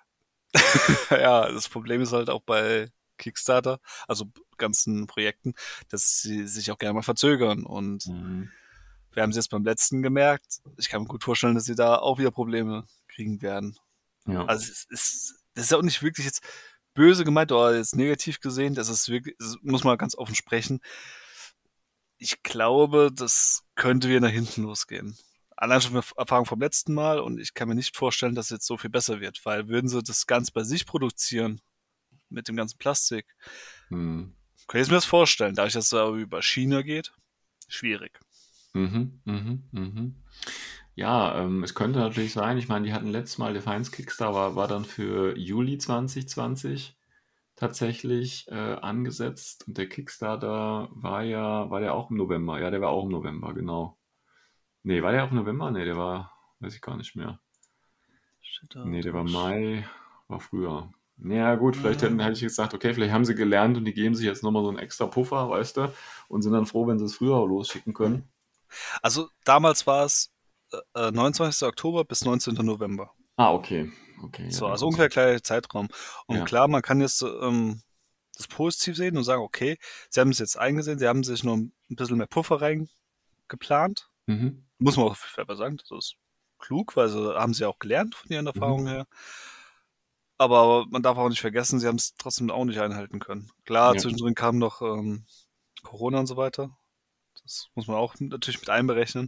Ja, das Problem ist halt auch bei Kickstarter, also ganzen Projekten, dass sie sich auch gerne mal verzögern. Und Mhm. wir haben es jetzt beim letzten gemerkt. Ich kann mir gut vorstellen, dass sie da auch wieder Probleme kriegen werden. Ja. Also es ist, das ist ja auch nicht wirklich jetzt böse gemeint oder jetzt negativ gesehen. Das ist wirklich, das muss man ganz offen sprechen. Ich glaube, das könnte wieder nach hinten losgehen. Allein schon mit Erfahrung vom letzten Mal und ich kann mir nicht vorstellen, dass es jetzt so viel besser wird, weil würden sie das ganz bei sich produzieren, mit dem ganzen Plastik, Mhm. kann ich mir das vorstellen. Dadurch, dass es aber über China geht, schwierig. Mhm. Mhm. Mhm. Ja, ähm, es könnte natürlich sein, ich meine, die hatten letztes Mal, Defiance Kickstarter war, war dann für Juli zwanzig zwanzig tatsächlich äh, angesetzt und der Kickstarter war ja, war der auch im November? Ja, der war auch im November, genau. Nee, war der auch im November? Nee, der war, weiß ich gar nicht mehr. Steht da Nee, der war durch. Mai, war früher. Naja, gut, vielleicht hätten, Ah. hätte ich gesagt, okay, vielleicht haben sie gelernt und die geben sich jetzt nochmal so einen extra Puffer, weißt du, und sind dann froh, wenn sie es früher losschicken können. Also damals war es äh, neunundzwanzigster Oktober bis neunzehnter November. Ah, okay. Okay, ja, So, dann also ist ungefähr gleicher Zeitraum. Und ja. klar, man kann jetzt ähm, das positiv sehen und sagen, okay, sie haben es jetzt eingesehen, sie haben sich noch ein bisschen mehr Puffer reingeplant. Mhm. Muss man auch selber sagen, das ist klug, weil sie haben sie auch gelernt von ihren Erfahrungen Mhm. her. Aber man darf auch nicht vergessen, sie haben es trotzdem auch nicht einhalten können. Klar, Ja. zwischendrin kam noch ähm, Corona und so weiter. Das muss man auch natürlich mit einberechnen.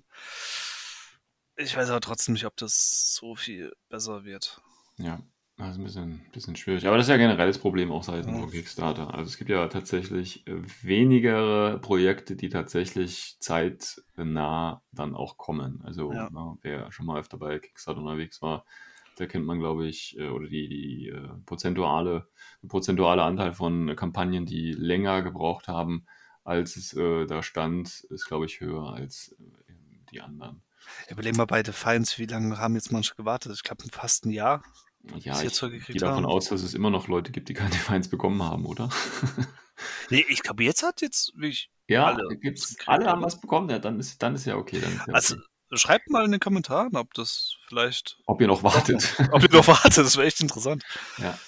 Ich weiß aber trotzdem nicht, ob das so viel besser wird. Ja, das ist ein bisschen, bisschen schwierig. Aber das ist ja generell das Problem auch seitens Ja. von Kickstarter. Also es gibt ja tatsächlich äh, wenigere Projekte, die tatsächlich zeitnah dann auch kommen. Also Ja. na, wer schon mal öfter bei Kickstarter unterwegs war, da kennt man, glaube ich, äh, oder die, die äh, prozentuale, prozentuale Anteil von Kampagnen, die länger gebraucht haben, als es äh, da stand, ist, glaube ich, höher als äh, die anderen. Überleg mal bei Defiance, wie lange haben jetzt manche gewartet? Ich glaube, fast ein Jahr, Ja, bis sie jetzt ich so gehe gekriegt davon haben. aus, dass es immer noch Leute gibt, die keine Defiance bekommen haben, oder? Nee, ich glaube, jetzt hat jetzt wirklich Ja, alle was gibt's alle gekriegt, haben oder? was bekommen? Ja, dann ist dann ist ja okay, dann ist ja Also, okay. schreibt mal in den Kommentaren, ob das vielleicht Ob ihr noch doch noch, wartet. ob ihr noch wartet, das wäre echt interessant. Ja.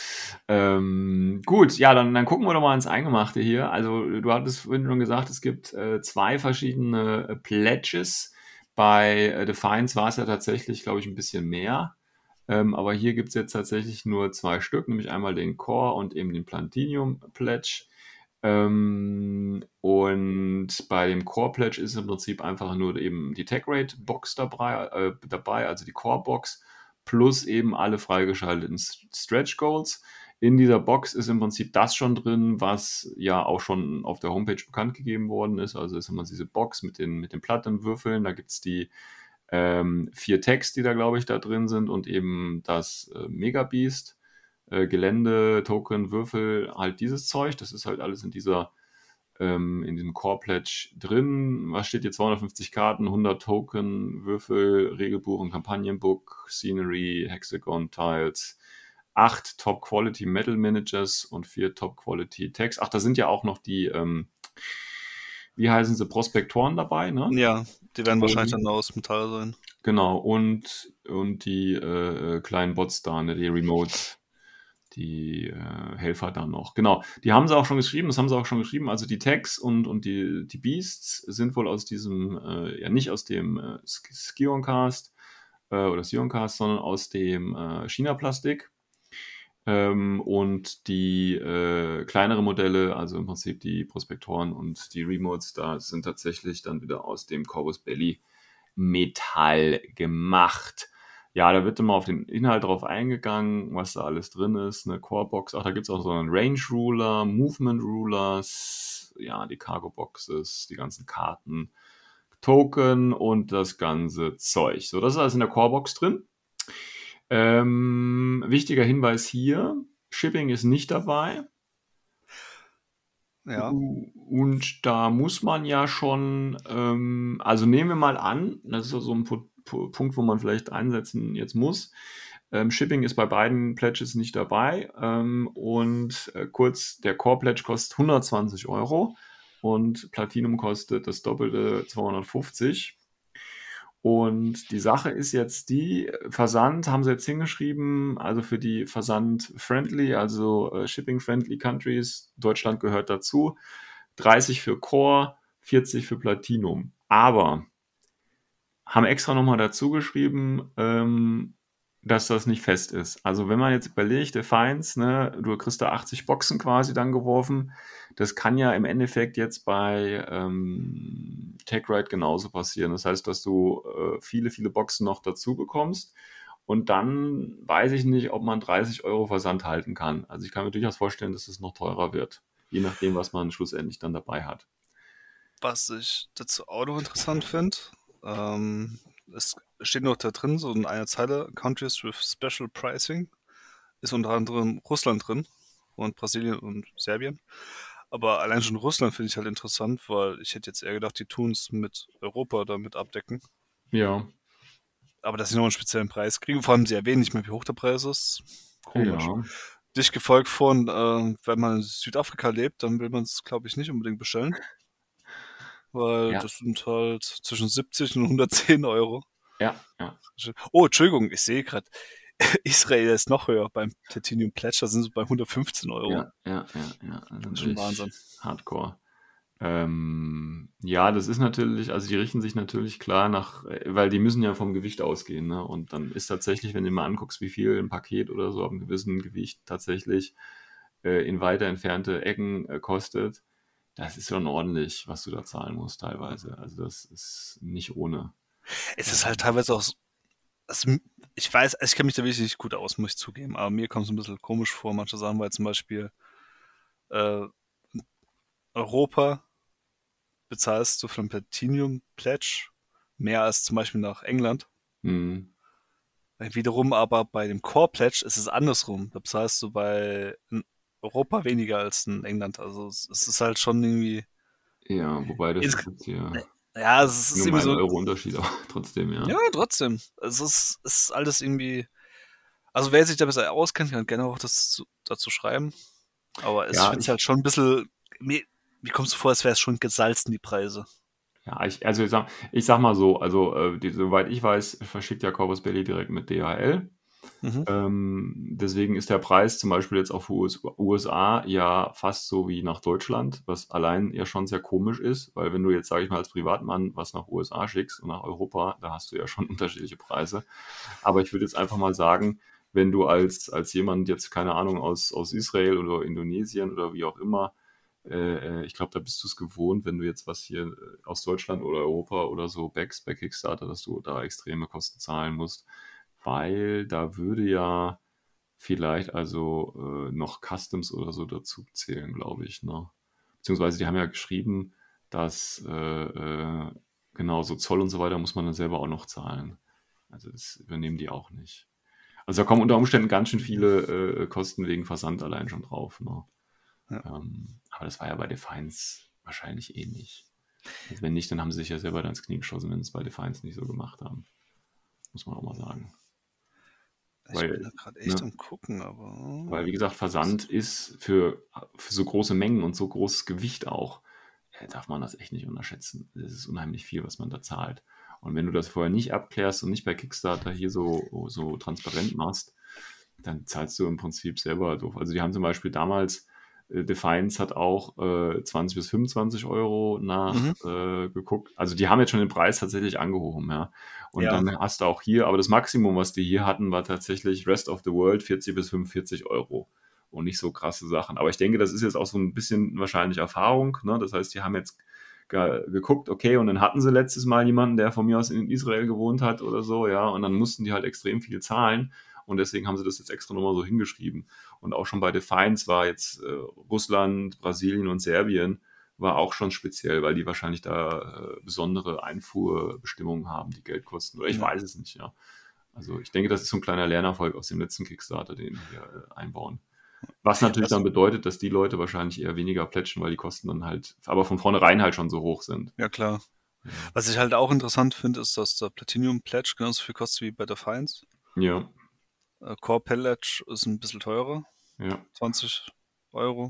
Ähm, gut, ja, dann, dann gucken wir doch mal ins Eingemachte hier. Also, du hattest vorhin schon gesagt, es gibt äh, zwei verschiedene äh, Pledges. Bei äh, Defiance war es ja tatsächlich, glaube ich, ein bisschen mehr. Ähm, aber hier gibt es jetzt tatsächlich nur zwei Stück, nämlich einmal den Core und eben den Platinum Pledge. Ähm, und bei dem Core Pledge ist im Prinzip einfach nur eben die Tech Rate Box dabei, äh, dabei, also die Core Box, plus eben alle freigeschalteten Stretch Goals. In dieser Box ist im Prinzip das schon drin, was ja auch schon auf der Homepage bekannt gegeben worden ist. Also ist immer diese Box mit den, mit den Plattenwürfeln. Da gibt es die ähm, vier Tags, die da, glaube ich, da drin sind und eben das äh, Mega Beast, äh, Gelände, Token, Würfel, halt dieses Zeug. Das ist halt alles in dieser ähm, in diesem Core Pledge drin. Was steht hier? zweihundertfünfzig Karten, hundert Token, Würfel, Regelbuch und Kampagnenbook, Scenery, Hexagon Tiles, acht Top Quality Metal Managers und vier Top Quality Tags. Ach, da sind ja auch noch die, ähm, wie heißen sie, Prospektoren dabei, ne? Ja, die werden wahrscheinlich Und dann aus Metall sein. genau, und, und die äh, kleinen Bots da, ne, die Remotes, die äh, Helfer dann noch. Genau, die haben sie auch schon geschrieben, das haben sie auch schon geschrieben. Also die Tags und, und die, die Beasts sind wohl aus diesem, äh, ja nicht aus dem äh, Skioncast äh, oder Sioncast, sondern aus dem äh, China-Plastik. Ähm, und die äh, kleinere Modelle, also im Prinzip die Prospektoren und die Remotes, da sind tatsächlich dann wieder aus dem Corvus Belli Metall gemacht. Ja, da wird immer auf den Inhalt drauf eingegangen, was da alles drin ist. Eine Core-Box, ach, da gibt es auch so einen Range-Ruler, Movement-Rulers, ja, die Cargo-Boxes, die ganzen Karten, Token und das ganze Zeug. So, das ist alles in der Core-Box drin. Ähm, wichtiger Hinweis hier, Shipping ist nicht dabei. Ja. Und da muss man ja schon, ähm, also nehmen wir mal an, das ist so ein Pu Pu Punkt, wo man vielleicht einsetzen jetzt muss. Ähm, Shipping ist bei beiden Pledges nicht dabei. Ähm, und äh, kurz, der Core Pledge kostet hundertzwanzig Euro und Platinum kostet das Doppelte, zweihundertfünfzig. Und die Sache ist jetzt die, Versand haben sie jetzt hingeschrieben, also für die Versand-friendly, also äh, shipping-friendly Countries, Deutschland gehört dazu, dreißig für Core, vierzig für Platinum. Aber haben extra nochmal dazu geschrieben, ähm, dass das nicht fest ist. Also wenn man jetzt überlegt, Defiance, ne, du kriegst da achtzig Boxen quasi dann geworfen, das kann ja im Endeffekt jetzt bei ähm, TechRide genauso passieren. Das heißt, dass du äh, viele, viele Boxen noch dazu bekommst und dann weiß ich nicht, ob man dreißig Euro Versand halten kann. Also ich kann mir durchaus vorstellen, dass es noch teurer wird, je nachdem, was man schlussendlich dann dabei hat. Was ich dazu auch noch interessant finde, ähm, es steht noch da drin, so in einer Zeile, Countries with Special Pricing, ist unter anderem Russland drin und Brasilien und Serbien. Aber allein schon Russland finde ich halt interessant, weil ich hätte jetzt eher gedacht, die tun es mit Europa damit abdecken. Ja, Aber dass sie noch einen speziellen Preis kriegen, vor allem sie erwähnen nicht mehr, wie hoch der Preis ist. Komisch. ja, Dich gefolgt von, äh, wenn man in Südafrika lebt, dann will man es, glaube ich, nicht unbedingt bestellen. Weil ja, das sind halt zwischen siebzig und hundertzehn Euro. ja, ja. Oh, Entschuldigung, ich sehe gerade, Israel ist noch höher beim Platinum Pledge, da sind sie bei hundertfünfzehn Euro. Ja, ja, ja, ja. Das ist Das ist schon natürlich Wahnsinn. Hardcore. Ähm, ja, das ist natürlich, also die richten sich natürlich klar nach, äh, weil die müssen ja vom Gewicht ausgehen, ne? Und dann ist tatsächlich, wenn du mal anguckst, wie viel ein Paket oder so ab einem gewissen Gewicht tatsächlich äh, in weiter entfernte Ecken äh, kostet, das ist schon ordentlich, was du da zahlen musst teilweise. Also das ist nicht ohne. Es ist halt teilweise auch, so- also, ich weiß, also ich kenne mich da wirklich nicht gut aus, muss ich zugeben, aber mir kommt es ein bisschen komisch vor, manche Sachen, weil zum Beispiel äh, Europa bezahlst du für ein Platinum Pledge mehr als zum Beispiel nach England. Hm, Wiederum aber bei dem Core Pledge ist es andersrum. Da bezahlst du bei in Europa weniger als in England. Also es, es ist halt schon irgendwie. ja, wobei das Ins ist jetzt hier. Ja, es ist Nur irgendwie mal ein so. Euro Unterschied, aber trotzdem, ja. Ja, trotzdem. Es ist, es ist alles irgendwie. Also wer sich da besser auskennt, kann gerne auch das zu, dazu schreiben. Aber es, ich Ja, finde es ich, halt schon ein bisschen. Mir, mir kommt es vor, als wäre es schon gesalzen, die Preise. ja, ich, also ich sag, ich sag mal so, also äh, die, soweit ich weiß, verschickt ja Corvus Belli direkt mit D H L. Mhm. Ähm, deswegen ist der Preis zum Beispiel jetzt auf U S, U S A ja fast so wie nach Deutschland, was allein ja schon sehr komisch ist, weil wenn du jetzt, sage ich mal, als Privatmann was nach U S A schickst und nach Europa, da hast du ja schon unterschiedliche Preise. Aber ich würde jetzt einfach mal sagen, wenn du als, als jemand jetzt, keine Ahnung, aus, aus Israel oder Indonesien oder wie auch immer, äh, äh, ich glaube, da bist du es gewohnt, wenn du jetzt was hier äh, aus Deutschland oder Europa oder so backst bei Kickstarter, dass du da extreme Kosten zahlen musst, weil da würde ja vielleicht also äh, noch Customs oder so dazu zählen, glaube ich. Ne? Beziehungsweise die haben ja geschrieben, dass äh, äh, genau so Zoll und so weiter muss man dann selber auch noch zahlen. Also das übernehmen die auch nicht. Also da kommen unter Umständen ganz schön viele äh, Kosten wegen Versand allein schon drauf. Ne? Ja. Ähm, aber das war ja bei Defiance wahrscheinlich ähnlich. Also wenn nicht, dann haben sie sich ja selber dann ins Knie geschossen, wenn sie es bei Defiance nicht so gemacht haben. Muss man auch mal sagen. Ich bin Weil, da gerade echt ne, am gucken, aber. weil, wie gesagt, Versand ist für, für so große Mengen und so großes Gewicht auch, äh, darf man das echt nicht unterschätzen. Es ist unheimlich viel, was man da zahlt. Und wenn du das vorher nicht abklärst und nicht bei Kickstarter hier so, so transparent machst, dann zahlst du im Prinzip selber doof. Also die haben zum Beispiel damals, äh, Defiance hat auch äh, zwanzig bis fünfundzwanzig Euro nach Mhm. äh, geguckt. Also die haben jetzt schon den Preis tatsächlich angehoben, ja. Und Ja. dann hast du auch hier, aber das Maximum, was die hier hatten, war tatsächlich Rest of the World vierzig bis fünfundvierzig Euro. Und nicht so krasse Sachen. Aber ich denke, das ist jetzt auch so ein bisschen wahrscheinlich Erfahrung. Ne? Das heißt, die haben jetzt ge geguckt, okay, und dann hatten sie letztes Mal jemanden, der von mir aus in Israel gewohnt hat oder so, ja, und dann mussten die halt extrem viel zahlen. Und deswegen haben sie das jetzt extra nochmal so hingeschrieben. Und auch schon bei Defiance war jetzt äh, Russland, Brasilien und Serbien war auch schon speziell, weil die wahrscheinlich da äh, besondere Einfuhrbestimmungen haben, die Geld kosten. Oder ich Ja. weiß es nicht, ja. Also ich denke, das ist so ein kleiner Lernerfolg aus dem letzten Kickstarter, den die hier äh, einbauen. Was natürlich Das, dann bedeutet, dass die Leute wahrscheinlich eher weniger plätschen, weil die Kosten dann halt, aber von vornherein halt schon so hoch sind. ja, klar. Ja, Was ich halt auch interessant finde, ist, dass der Platinum Pledge genauso viel kostet wie bei Defiance. ja, Äh, Core Pledge ist ein bisschen teurer, ja. zwanzig Euro.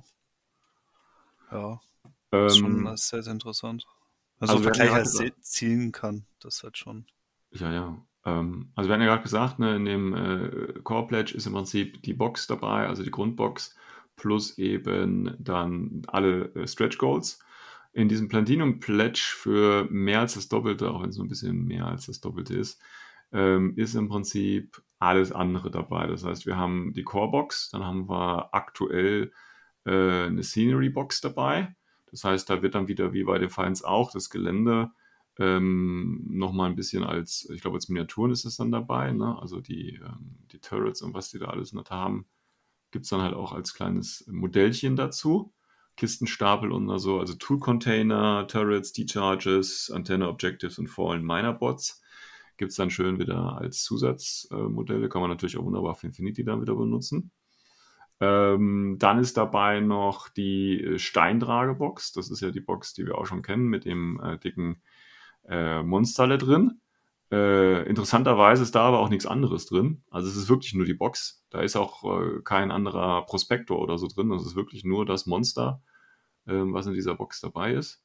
Ja, ist schon Ähm, äh, sehr, sehr interessant. Wenn man so einen also wir hatten ja Vergleich gerade halt se- gesagt, ziehen kann, das ist halt schon. ja, ja. Ähm, also wir hatten ja gerade gesagt, ne, in dem äh, Core Pledge ist im Prinzip die Box dabei, also die Grundbox, plus eben dann alle äh, Stretch Goals. In diesem Platinum Pledge für mehr als das Doppelte, auch wenn es so ein bisschen mehr als das Doppelte ist, ähm, ist im Prinzip alles andere dabei. Das heißt, wir haben die Core Box, dann haben wir aktuell äh, eine Scenery Box dabei. Das heißt, da wird dann wieder wie bei Defiance auch das Gelände ähm, nochmal ein bisschen als, ich glaube, als Miniaturen ist es dann dabei, ne? Also die, ähm, die Turrets und was die da alles noch haben, gibt es dann halt auch als kleines Modellchen dazu. Kistenstapel und so, also Tool-Container, Turrets, D-Charges, Antenne, Objectives und Fallen Miner Bots. Gibt es dann schön wieder als Zusatzmodelle, kann man natürlich auch wunderbar für Infinity dann wieder benutzen. Ähm, dann ist dabei noch die Steindragebox. Das ist ja die Box, die wir auch schon kennen, mit dem äh, dicken äh, Monsterle drin. Äh, interessanterweise ist da aber auch nichts anderes drin. Also es ist wirklich nur die Box. Da ist auch äh, kein anderer Prospektor oder so drin. Es ist wirklich nur das Monster, ähm, was in dieser Box dabei ist.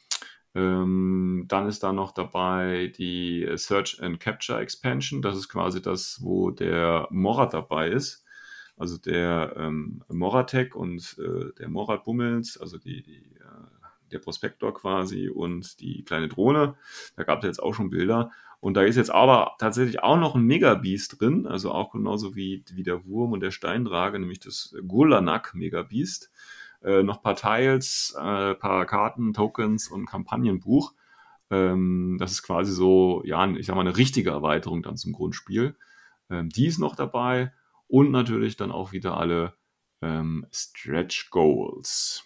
Ähm, dann ist da noch dabei die Search and Capture Expansion. Das ist quasi das, wo der Morat dabei ist. Also der ähm, Moratec und äh, der Morat Bummels, also die, die, äh, der Prospektor quasi und die kleine Drohne. Da gab es jetzt auch schon Bilder. Und da ist jetzt aber tatsächlich auch noch ein Megabeast drin, also auch genauso wie, wie der Wurm und der Steindrage, nämlich das Gulanak Megabeast. Äh, noch ein paar Tiles, ein äh, paar Karten, Tokens und Kampagnenbuch. Ähm, das ist quasi so, ja, ich sag mal, eine richtige Erweiterung dann zum Grundspiel. Ähm, die ist noch dabei und natürlich dann auch wieder alle ähm, Stretch Goals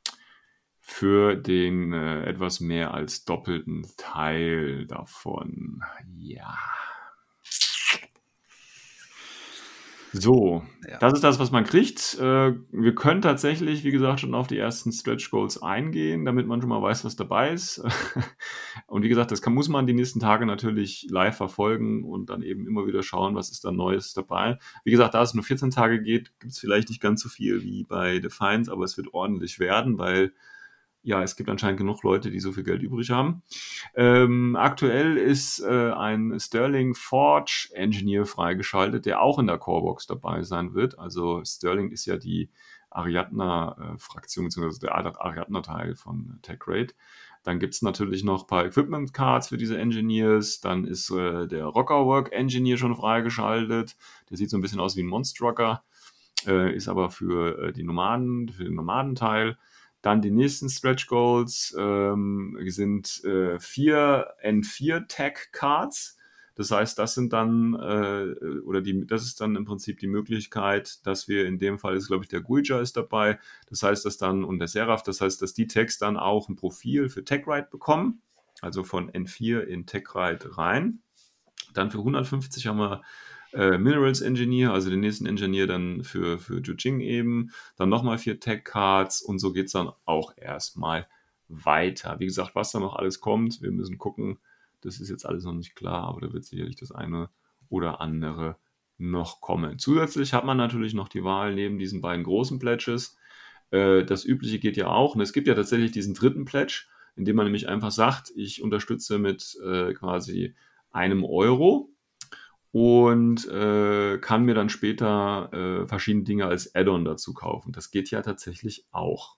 für den äh, etwas mehr als doppelten Teil davon. Ja. So, Ja. das ist das, was man kriegt. Äh, wir können tatsächlich, wie gesagt, schon auf die ersten Stretch Goals eingehen, damit man schon mal weiß, was dabei ist. Und wie gesagt, das kann, muss man die nächsten Tage natürlich live verfolgen und dann eben immer wieder schauen, was ist da Neues dabei. Wie gesagt, da es nur vierzehn Tage geht, gibt es vielleicht nicht ganz so viel wie bei Defiance, aber es wird ordentlich werden, weil ja, es gibt anscheinend genug Leute, die so viel Geld übrig haben. Ähm, aktuell ist äh, ein Sterling Forge Engineer freigeschaltet, der auch in der Corebox dabei sein wird. Also Sterling ist ja die Ariadna-Fraktion, beziehungsweise der Ariadna-Teil von TechRate. Dann gibt es natürlich noch ein paar Equipment Cards für diese Engineers. Dann ist äh, der Rockerwork Engineer schon freigeschaltet. Der sieht so ein bisschen aus wie ein Monstrucker, äh, ist aber für äh, die Nomaden, für den Nomadenteil. Dann die nächsten Stretch Goals ähm, sind äh, vier N vier Tech Cards. Das heißt, das sind dann, äh, oder die, das ist dann im Prinzip die Möglichkeit, dass wir in dem Fall ist, glaube ich, der Guija ist dabei. Das heißt, dass dann, und der Seraph, das heißt, dass die Tags dann auch ein Profil für TechRide bekommen. Also von N vier in TechRide rein. Dann für hundertfünfzig haben wir äh, Minerals Engineer, also den nächsten Engineer dann für, für Jujing eben. Dann nochmal vier Tech Cards und so geht es dann auch erstmal weiter. Wie gesagt, was da noch alles kommt, wir müssen gucken. Das ist jetzt alles noch nicht klar, aber da wird sicherlich das eine oder andere noch kommen. Zusätzlich hat man natürlich noch die Wahl neben diesen beiden großen Pledges. Äh, das Übliche geht ja auch. Und es gibt ja tatsächlich diesen dritten Pledge, in dem man nämlich einfach sagt, ich unterstütze mit äh, quasi einem Euro und äh, kann mir dann später äh, verschiedene Dinge als Add-on dazu kaufen. Das geht ja tatsächlich auch.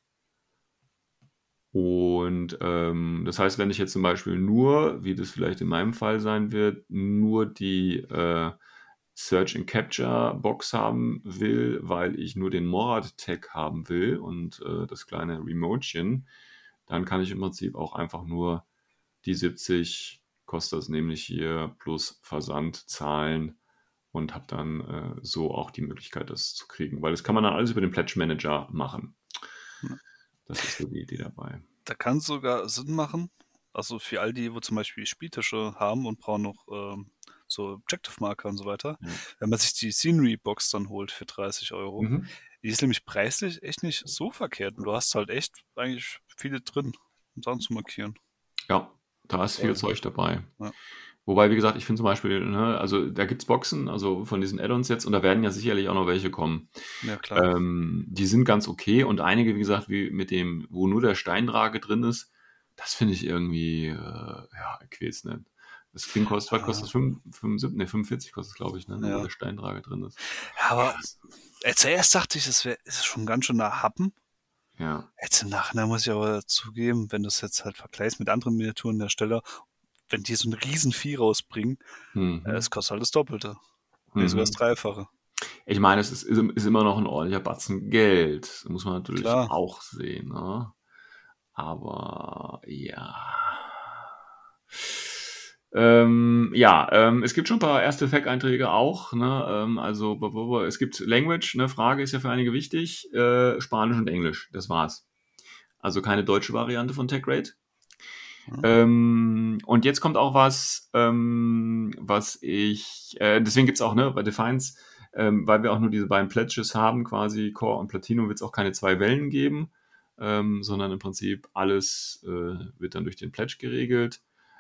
Und ähm, das heißt, wenn ich jetzt zum Beispiel nur, wie das vielleicht in meinem Fall sein wird, nur die äh, Search and Capture Box haben will, weil ich nur den Morad-Tag haben will und äh, das kleine Remotion, dann kann ich im Prinzip auch einfach nur die siebzig, kostet das nämlich hier, plus Versand zahlen und habe dann äh, so auch die Möglichkeit, das zu kriegen. Weil das kann man dann alles über den Pledge Manager machen. Das ist so die Idee dabei. Da kann es sogar Sinn machen, also für all die, wo zum Beispiel Spieltische haben und brauchen noch ähm, so Objective-Marker und so weiter, Ja. wenn man sich die Scenery-Box dann holt für dreißig Euro, Mhm. die ist nämlich preislich echt nicht so verkehrt und du hast halt echt eigentlich viele drin, um Sachen zu markieren. Ja, da ist viel Voll. Zeug dabei. Ja. Wobei, wie gesagt, ich finde zum Beispiel, ne, also da gibt es Boxen, also von diesen Add-ons jetzt, und da werden ja sicherlich auch noch welche kommen. Ja, klar. Ähm, die sind ganz okay und einige, wie gesagt, wie mit dem, wo nur der Steindrage drin ist, das finde ich irgendwie, äh, ja, ich weiß nicht. Das Ding kostet, was kostet das? fünfundsiebzig, ne, fünfundvierzig kostet es, glaube ich, ne, Ja. wo der Steindrage drin ist. Ja, aber Ja, das, äh, zuerst dachte ich, das wäre schon ganz schön nach Happen. ja. Jetzt im Nachhinein muss ich aber zugeben, wenn du es jetzt halt vergleichst mit anderen Miniaturen der Steller, wenn die so ein riesen Vieh rausbringen, Mhm. äh, es kostet halt das Doppelte. Nee, sogar das Mhm. Dreifache. Ich meine, es ist, ist, ist immer noch ein ordentlicher Batzen Geld. Das muss man natürlich Klar. auch sehen. Ne? Aber ja. Ähm, ja, ähm, es gibt schon ein paar erste Fact-Einträge auch. Ne? Ähm, also b- b- b- es gibt Language, eine Frage ist ja für einige wichtig. Äh, Spanisch und Englisch, das war's. Also keine deutsche Variante von TechRate. Hm. Ähm, und jetzt kommt auch was, ähm, was ich, äh, deswegen gibt es auch, ne, bei Defiance, ähm, weil wir auch nur diese beiden Pledges haben, quasi Core und Platinum, wird es auch keine zwei Wellen geben, ähm, sondern im Prinzip alles äh, wird dann durch den Pledge geregelt.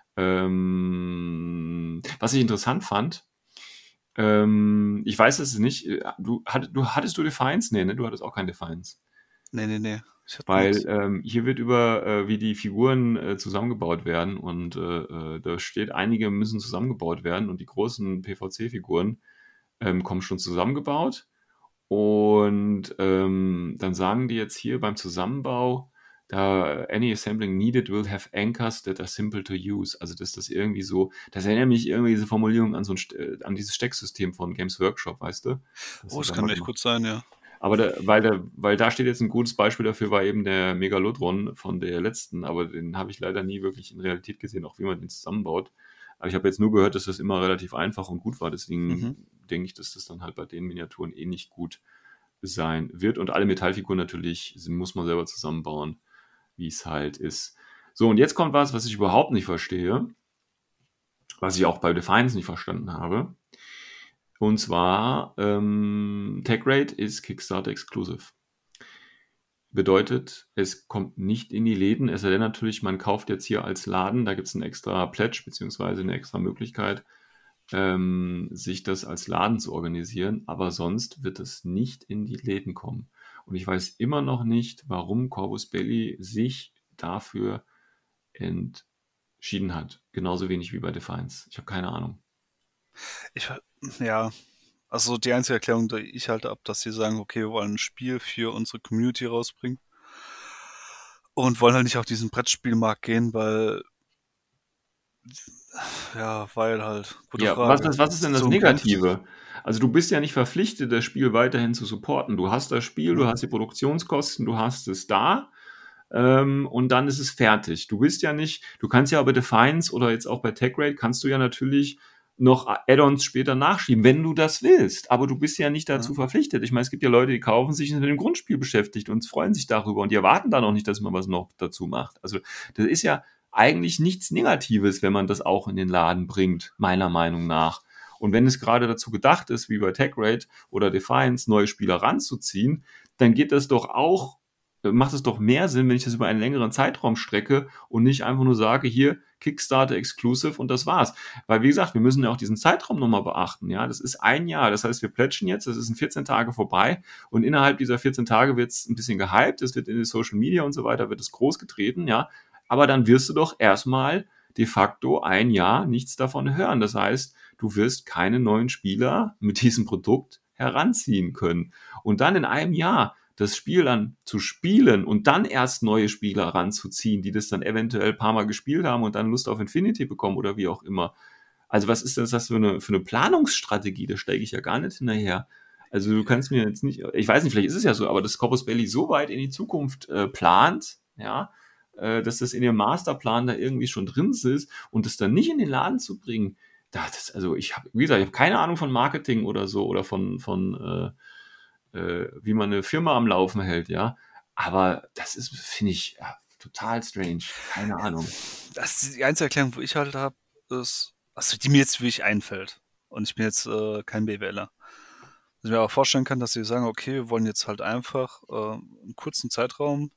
Ähm, was ich interessant fand, ähm, ich weiß es nicht, äh, du, hatt, du hattest du Defiance? Nee, ne, du hattest auch kein Defiance. Nee, nee, nee. Ich hatte Weil nix. ähm, hier wird über, äh, wie die Figuren äh, zusammengebaut werden und äh, äh, da steht, einige müssen zusammengebaut werden und die großen P V C-Figuren ähm, kommen schon zusammengebaut und ähm, dann sagen die jetzt hier beim Zusammenbau, da any assembling needed will have anchors that are simple to use. Also dass das irgendwie so, das erinnert mich irgendwie diese Formulierung an so ein, St- äh, an dieses Stecksystem von Games Workshop, weißt du? Das Oh, sie das da kann mal echt gemacht. gut sein, ja. Aber da, weil, da, weil da steht jetzt ein gutes Beispiel dafür, war eben der Megalodron von der letzten, aber den habe ich leider nie wirklich in Realität gesehen, auch wie man den zusammenbaut. Aber ich habe jetzt nur gehört, dass das immer relativ einfach und gut war. Deswegen Mhm. denke ich, dass das dann halt bei den Miniaturen eh nicht gut sein wird. Und alle Metallfiguren natürlich sind, muss man selber zusammenbauen, wie es halt ist. So, und jetzt kommt was, was ich überhaupt nicht verstehe, was ich auch bei Defiance nicht verstanden habe. Und zwar, ähm, TechRate ist Kickstarter exclusive. Bedeutet, es kommt nicht in die Läden, es sei denn natürlich, man kauft jetzt hier als Laden, da gibt es einen extra Pledge beziehungsweise eine extra Möglichkeit, ähm, sich das als Laden zu organisieren, aber sonst wird es nicht in die Läden kommen. Und ich weiß immer noch nicht, warum Corvus Belli sich dafür entschieden hat. Genauso wenig wie bei Defiance. Ich habe keine Ahnung. Ich, ja, also die einzige Erklärung, die ich halte ab, dass sie sagen, okay, wir wollen ein Spiel für unsere Community rausbringen und wollen halt nicht auf diesen Brettspielmarkt gehen, weil, ja, weil halt, gute Ja, was Frage. ist, was ist denn das So ein Punkt. Negative? Also du bist ja nicht verpflichtet, das Spiel weiterhin zu supporten. Du hast das Spiel, du Ja. hast die Produktionskosten, du hast es da ähm, und dann ist es fertig. Du bist ja nicht, du kannst ja bei Defiance oder jetzt auch bei TechRate kannst du ja natürlich noch Add-ons später nachschieben, wenn du das willst. Aber du bist ja nicht dazu Ja. verpflichtet. Ich meine, es gibt ja Leute, die kaufen sich und sind mit dem Grundspiel beschäftigt und freuen sich darüber und die erwarten dann auch nicht, dass man was noch dazu macht. Also das ist ja eigentlich nichts Negatives, wenn man das auch in den Laden bringt, meiner Meinung nach. Und wenn es gerade dazu gedacht ist, wie bei TechRate oder Defiance, neue Spieler ranzuziehen, dann geht das doch auch, macht es doch mehr Sinn, wenn ich das über einen längeren Zeitraum strecke und nicht einfach nur sage, hier Kickstarter Exclusive und das war's. Weil wie gesagt, wir müssen ja auch diesen Zeitraum nochmal beachten. Ja, das ist ein Jahr. Das heißt, wir plätschen jetzt, das ist in vierzehn Tage vorbei und innerhalb dieser vierzehn Tage wird es ein bisschen gehypt, es wird in die Social Media und so weiter, wird es groß getreten, ja. Aber dann wirst du doch erstmal de facto ein Jahr nichts davon hören. Das heißt, du wirst keine neuen Spieler mit diesem Produkt heranziehen können. Und dann in einem Jahr das Spiel dann zu spielen und dann erst neue Spieler ranzuziehen, die das dann eventuell ein paar Mal gespielt haben und dann Lust auf Infinity bekommen oder wie auch immer. Also was ist das für eine, für eine Planungsstrategie? Da steige ich ja gar nicht hinterher. Also du kannst mir jetzt nicht, ich weiß nicht, vielleicht ist es ja so, aber dass Corvus Belli so weit in die Zukunft äh, plant, ja, äh, dass das in ihrem Masterplan da irgendwie schon drin ist und das dann nicht in den Laden zu bringen, das, also ich habe, wie gesagt, ich habe keine Ahnung von Marketing oder so oder von, von äh, äh, wie man eine Firma am Laufen hält, ja. Aber das ist, finde ich, ja, total strange. Keine Ahnung. Das ist die einzige Erklärung, wo ich halt habe, ist, also die mir jetzt wirklich einfällt. Und ich bin jetzt äh, kein BWLer. Dass ich mir aber vorstellen kann, dass sie sagen, okay, wir wollen jetzt halt einfach äh, einen kurzen Zeitraum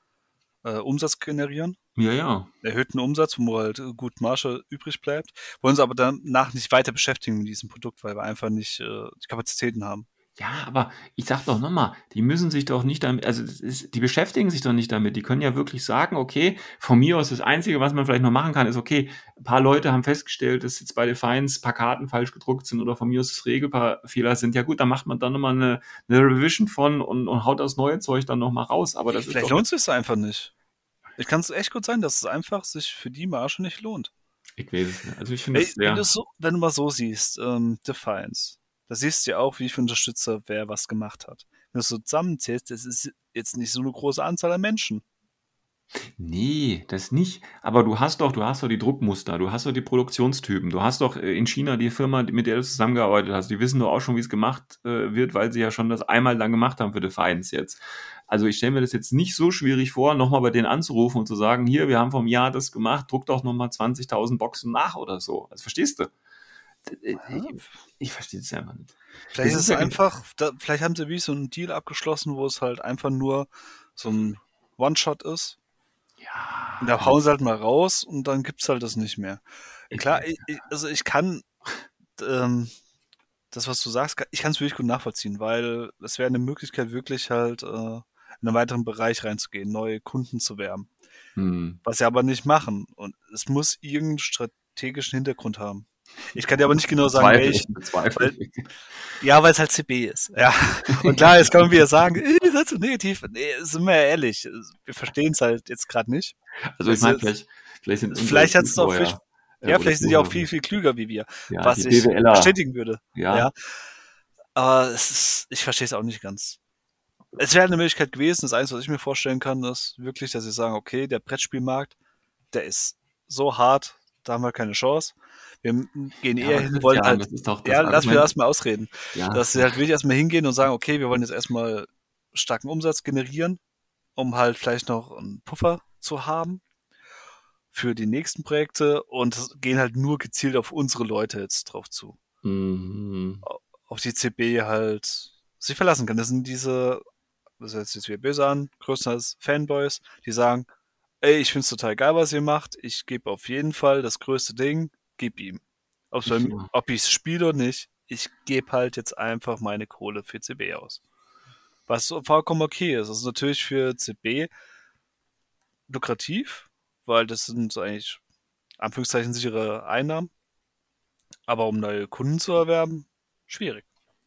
äh, Umsatz generieren. Ja, ja. Erhöhten Umsatz, wo halt äh, gut Marge übrig bleibt. Wollen uns aber danach nicht weiter beschäftigen mit diesem Produkt, weil wir einfach nicht äh, die Kapazitäten haben. Ja, aber ich sag doch nochmal, die müssen sich doch nicht damit, also das ist, die beschäftigen sich doch nicht damit. Die können ja wirklich sagen, okay, von mir aus das Einzige, was man vielleicht noch machen kann, ist, okay, ein paar Leute haben festgestellt, dass jetzt bei Defiance ein paar Karten falsch gedruckt sind oder von mir aus das Regelfehler sind. Ja gut, dann macht man dann nochmal eine, eine Revision von und, und haut das neue Zeug dann nochmal raus. Aber das Vielleicht ist doch, lohnt es sich einfach nicht. Ich kann es echt gut sein, dass es einfach sich für die Marge nicht lohnt. ich weiß es nicht. Also ich finde Ey, es wenn, du sehr, so, wenn du mal so siehst, ähm, Defiance, da siehst du ja auch, wie viele Unterstützer wer was gemacht hat. Wenn du es so zusammenzählst, das ist jetzt nicht so eine große Anzahl an Menschen. nee, das nicht. Aber du hast doch, du hast doch die Druckmuster, du hast doch die Produktionstypen, du hast doch äh, in China die Firma, die- mit der du zusammengearbeitet hast, die wissen doch auch schon, wie es gemacht äh, wird, weil sie ja schon das einmal dann gemacht haben für Defiance jetzt. Also ich stelle mir das jetzt nicht so schwierig vor, nochmal bei denen anzurufen und zu sagen, hier, wir haben vom Jahr das gemacht, druck doch nochmal zwanzigtausend Boxen nach oder so. Also verstehst du? Äh, Ich, Ja, ich verstehe es einfach nicht. vielleicht Das ist ist es ja, gen- einfach, da, vielleicht haben sie wie so einen Deal abgeschlossen, wo es halt einfach nur so ein One-Shot ist. Und ja, da also hauen sie halt mal raus und dann gibt's halt das nicht mehr. ich Klar, weiß. ich, ich- also ich kann ähm, das, was du sagst, ich kann es wirklich gut nachvollziehen, weil es wäre eine Möglichkeit, wirklich halt äh, in einen weiteren Bereich reinzugehen, neue Kunden zu werben. Hm. Was sie aber nicht machen. Und es muss irgendeinen strategischen Hintergrund haben. Ich kann dir aber nicht genau sagen, Bezweifle ich, welchen, bezweifle weil, ich. ja, weil es halt C B ist. Ja. Und klar, jetzt kann man wieder sagen, äh, das ist so negativ. Nee, sind wir ja ehrlich, wir verstehen es halt jetzt gerade nicht. Also ich Es meine, ist, vielleicht, vielleicht sind unsere vielleicht hat es auch viel, Zuschauer äh, ja, oder vielleicht sind die auch Zuhörer, viel, viel klüger wie wir, ja, die was ich BWLer, bestätigen würde. ja, Ja. Aber es ist, ich verstehe es auch nicht ganz. Es wäre eine Möglichkeit gewesen, das Einzige, was ich mir vorstellen kann, ist wirklich, dass sie sagen, okay, der Brettspielmarkt, der ist so hart, da haben wir keine Chance. Wir m- gehen ja, eher aber hin, wollen Christian, halt, das ist doch das ja, lass mir Argument, erstmal ausreden, ja, dass sie halt wirklich erstmal hingehen und sagen, okay, wir wollen jetzt erstmal starken Umsatz generieren, um halt vielleicht noch einen Puffer zu haben für die nächsten Projekte und gehen halt nur gezielt auf unsere Leute jetzt drauf zu. mhm. auf die C B halt sich verlassen kann. Das sind diese, das hört sich jetzt wieder böse an, größtenteils Fanboys, die sagen, ey, ich find's total geil, was ihr macht, ich gebe auf jeden Fall das größte Ding, gib ihm. Ob's bei, Ja. ob ich's spiele oder nicht, ich gebe halt jetzt einfach meine Kohle für C B aus. Was so vollkommen okay ist. Das ist natürlich für C B lukrativ, weil das sind so eigentlich Anführungszeichen sichere Einnahmen. Aber um neue Kunden zu erwerben, schwierig.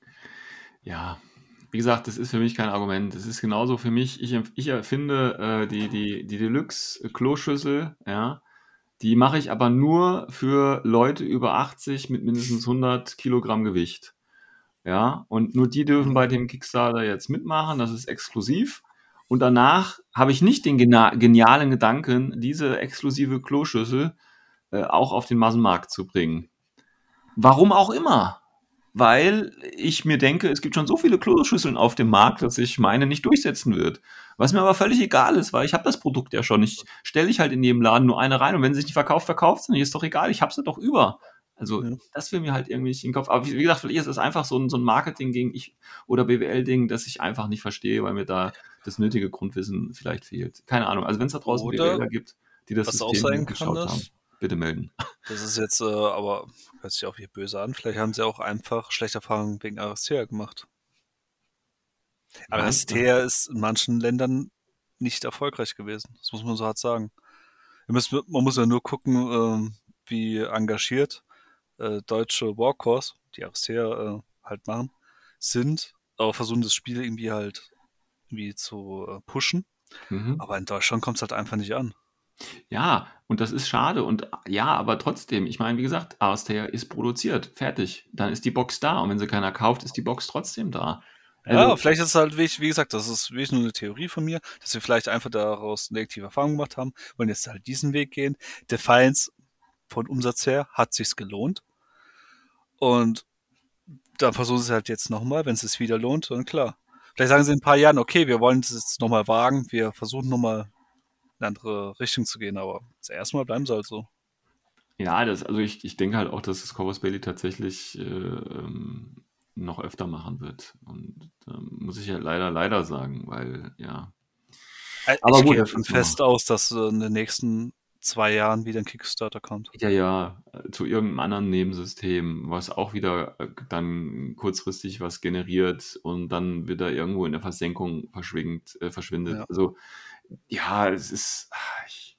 Ja, wie gesagt, das ist für mich kein Argument. Das ist genauso für mich. Ich, empf- ich erfinde äh, die, die, die Deluxe-Kloschüssel, ja. Die mache ich aber nur für Leute über achtzig mit mindestens hundert Kilogramm Gewicht. Ja, und nur die dürfen bei dem Kickstarter jetzt mitmachen. Das ist exklusiv. Und danach habe ich nicht den gena- genialen Gedanken, diese exklusive Kloschüssel äh, auch auf den Massenmarkt zu bringen. Warum auch immer. Weil ich mir denke, es gibt schon so viele Kloschüsseln auf dem Markt, dass sich meine nicht durchsetzen wird. Was mir aber völlig egal ist, weil ich habe das Produkt ja schon. Ich stelle ich halt in jedem Laden nur eine rein und wenn sie sich nicht verkauft, verkauft sie nicht. Ist doch egal, ich habe sie doch über. Also Ja. das will mir halt irgendwie nicht in den Kopf. Aber wie, wie gesagt, vielleicht ist es einfach so ein, so ein Marketing gegen ich oder B W L-Ding, das ich einfach nicht verstehe, weil mir da das nötige Grundwissen vielleicht fehlt. Keine Ahnung. Also wenn es da draußen Oder BWLer gibt, die das was auch System sein kann, geschaut haben, ist, bitte melden. das ist jetzt äh, aber, hört sich auch hier böse an, vielleicht haben sie auch einfach schlechte Erfahrungen wegen Aristea gemacht. Aber Meinst du? Aristea ist in manchen Ländern nicht erfolgreich gewesen. Das muss man so hart sagen. Wir müssen, man muss ja nur gucken, ähm, wie engagiert äh, deutsche Warcores, die Aristea äh, halt machen, sind, aber versuchen das Spiel irgendwie halt irgendwie zu äh, pushen. Mhm. Aber in Deutschland kommt es halt einfach nicht an. Ja, und das ist schade. Und ja, aber trotzdem, ich meine, wie gesagt, Aristea ist produziert, fertig. Dann ist die Box da. Und wenn sie keiner kauft, ist die Box trotzdem da. Ja, Also, vielleicht ist es halt, wie, ich, wie gesagt, das ist wirklich nur eine Theorie von mir, dass wir vielleicht einfach daraus negative Erfahrungen gemacht haben, wollen jetzt halt diesen Weg gehen. Defiance von Umsatz her hat sich's gelohnt. Und dann versuchen sie es halt jetzt nochmal, wenn es sich wieder lohnt, dann klar. Vielleicht sagen sie in ein paar Jahren, okay, wir wollen es jetzt nochmal wagen, wir versuchen nochmal in eine andere Richtung zu gehen, aber zuerst mal bleiben sie halt so. ja, das, also ich, ich denke halt auch, dass das Corvus Belli tatsächlich äh, ähm, noch öfter machen wird. Und ähm, muss ich ja leider, leider sagen, weil, ja. Äh, Aber Ich gut, gehe das davon ist so. fest aus, dass äh, in den nächsten zwei Jahren wieder ein Kickstarter kommt. Ja, ja, äh, zu irgendeinem anderen Nebensystem, was auch wieder äh, dann kurzfristig was generiert und dann wieder irgendwo in der Versenkung verschwingt, äh, verschwindet. Ja. Also, ja, es ist. ah, Ich,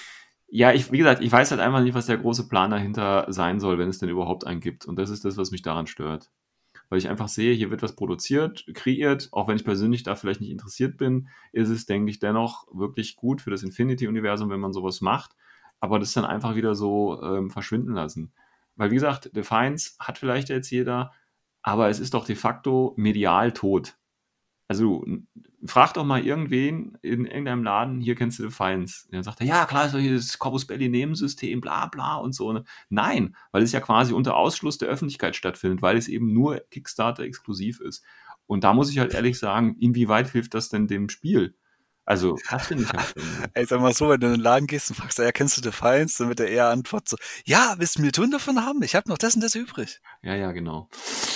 ja, ich, wie gesagt, ich weiß halt einfach nicht, was der große Plan dahinter sein soll, wenn es denn überhaupt einen gibt. Und das ist das, was mich daran stört. Weil ich einfach sehe, hier wird was produziert, kreiert, auch wenn ich persönlich da vielleicht nicht interessiert bin, ist es, denke ich, dennoch wirklich gut für das Infinity-Universum, wenn man sowas macht, aber das dann einfach wieder so ähm, verschwinden lassen. Weil, wie gesagt, Defiance hat vielleicht jetzt jeder, aber es ist doch de facto medial tot. Also n- frag doch mal irgendwen in irgendeinem Laden, hier kennst du Defiance. Dann sagt er, ja klar, ist doch hier das Corpus Belli Nebensystem, bla bla und so. Ne? Nein, weil es ja quasi unter Ausschluss der Öffentlichkeit stattfindet, weil es eben nur Kickstarter exklusiv ist. Und da muss ich halt ehrlich sagen, inwieweit hilft das denn dem Spiel? Also, das finde ich halt irgendwie. Ey, sag mal so, wenn du in den Laden gehst und fragst, ja, kennst du Defiance, dann wird er eher antworten so, ja, willst du mir tun davon haben? Ich habe noch das und das übrig. Ja, ja, genau.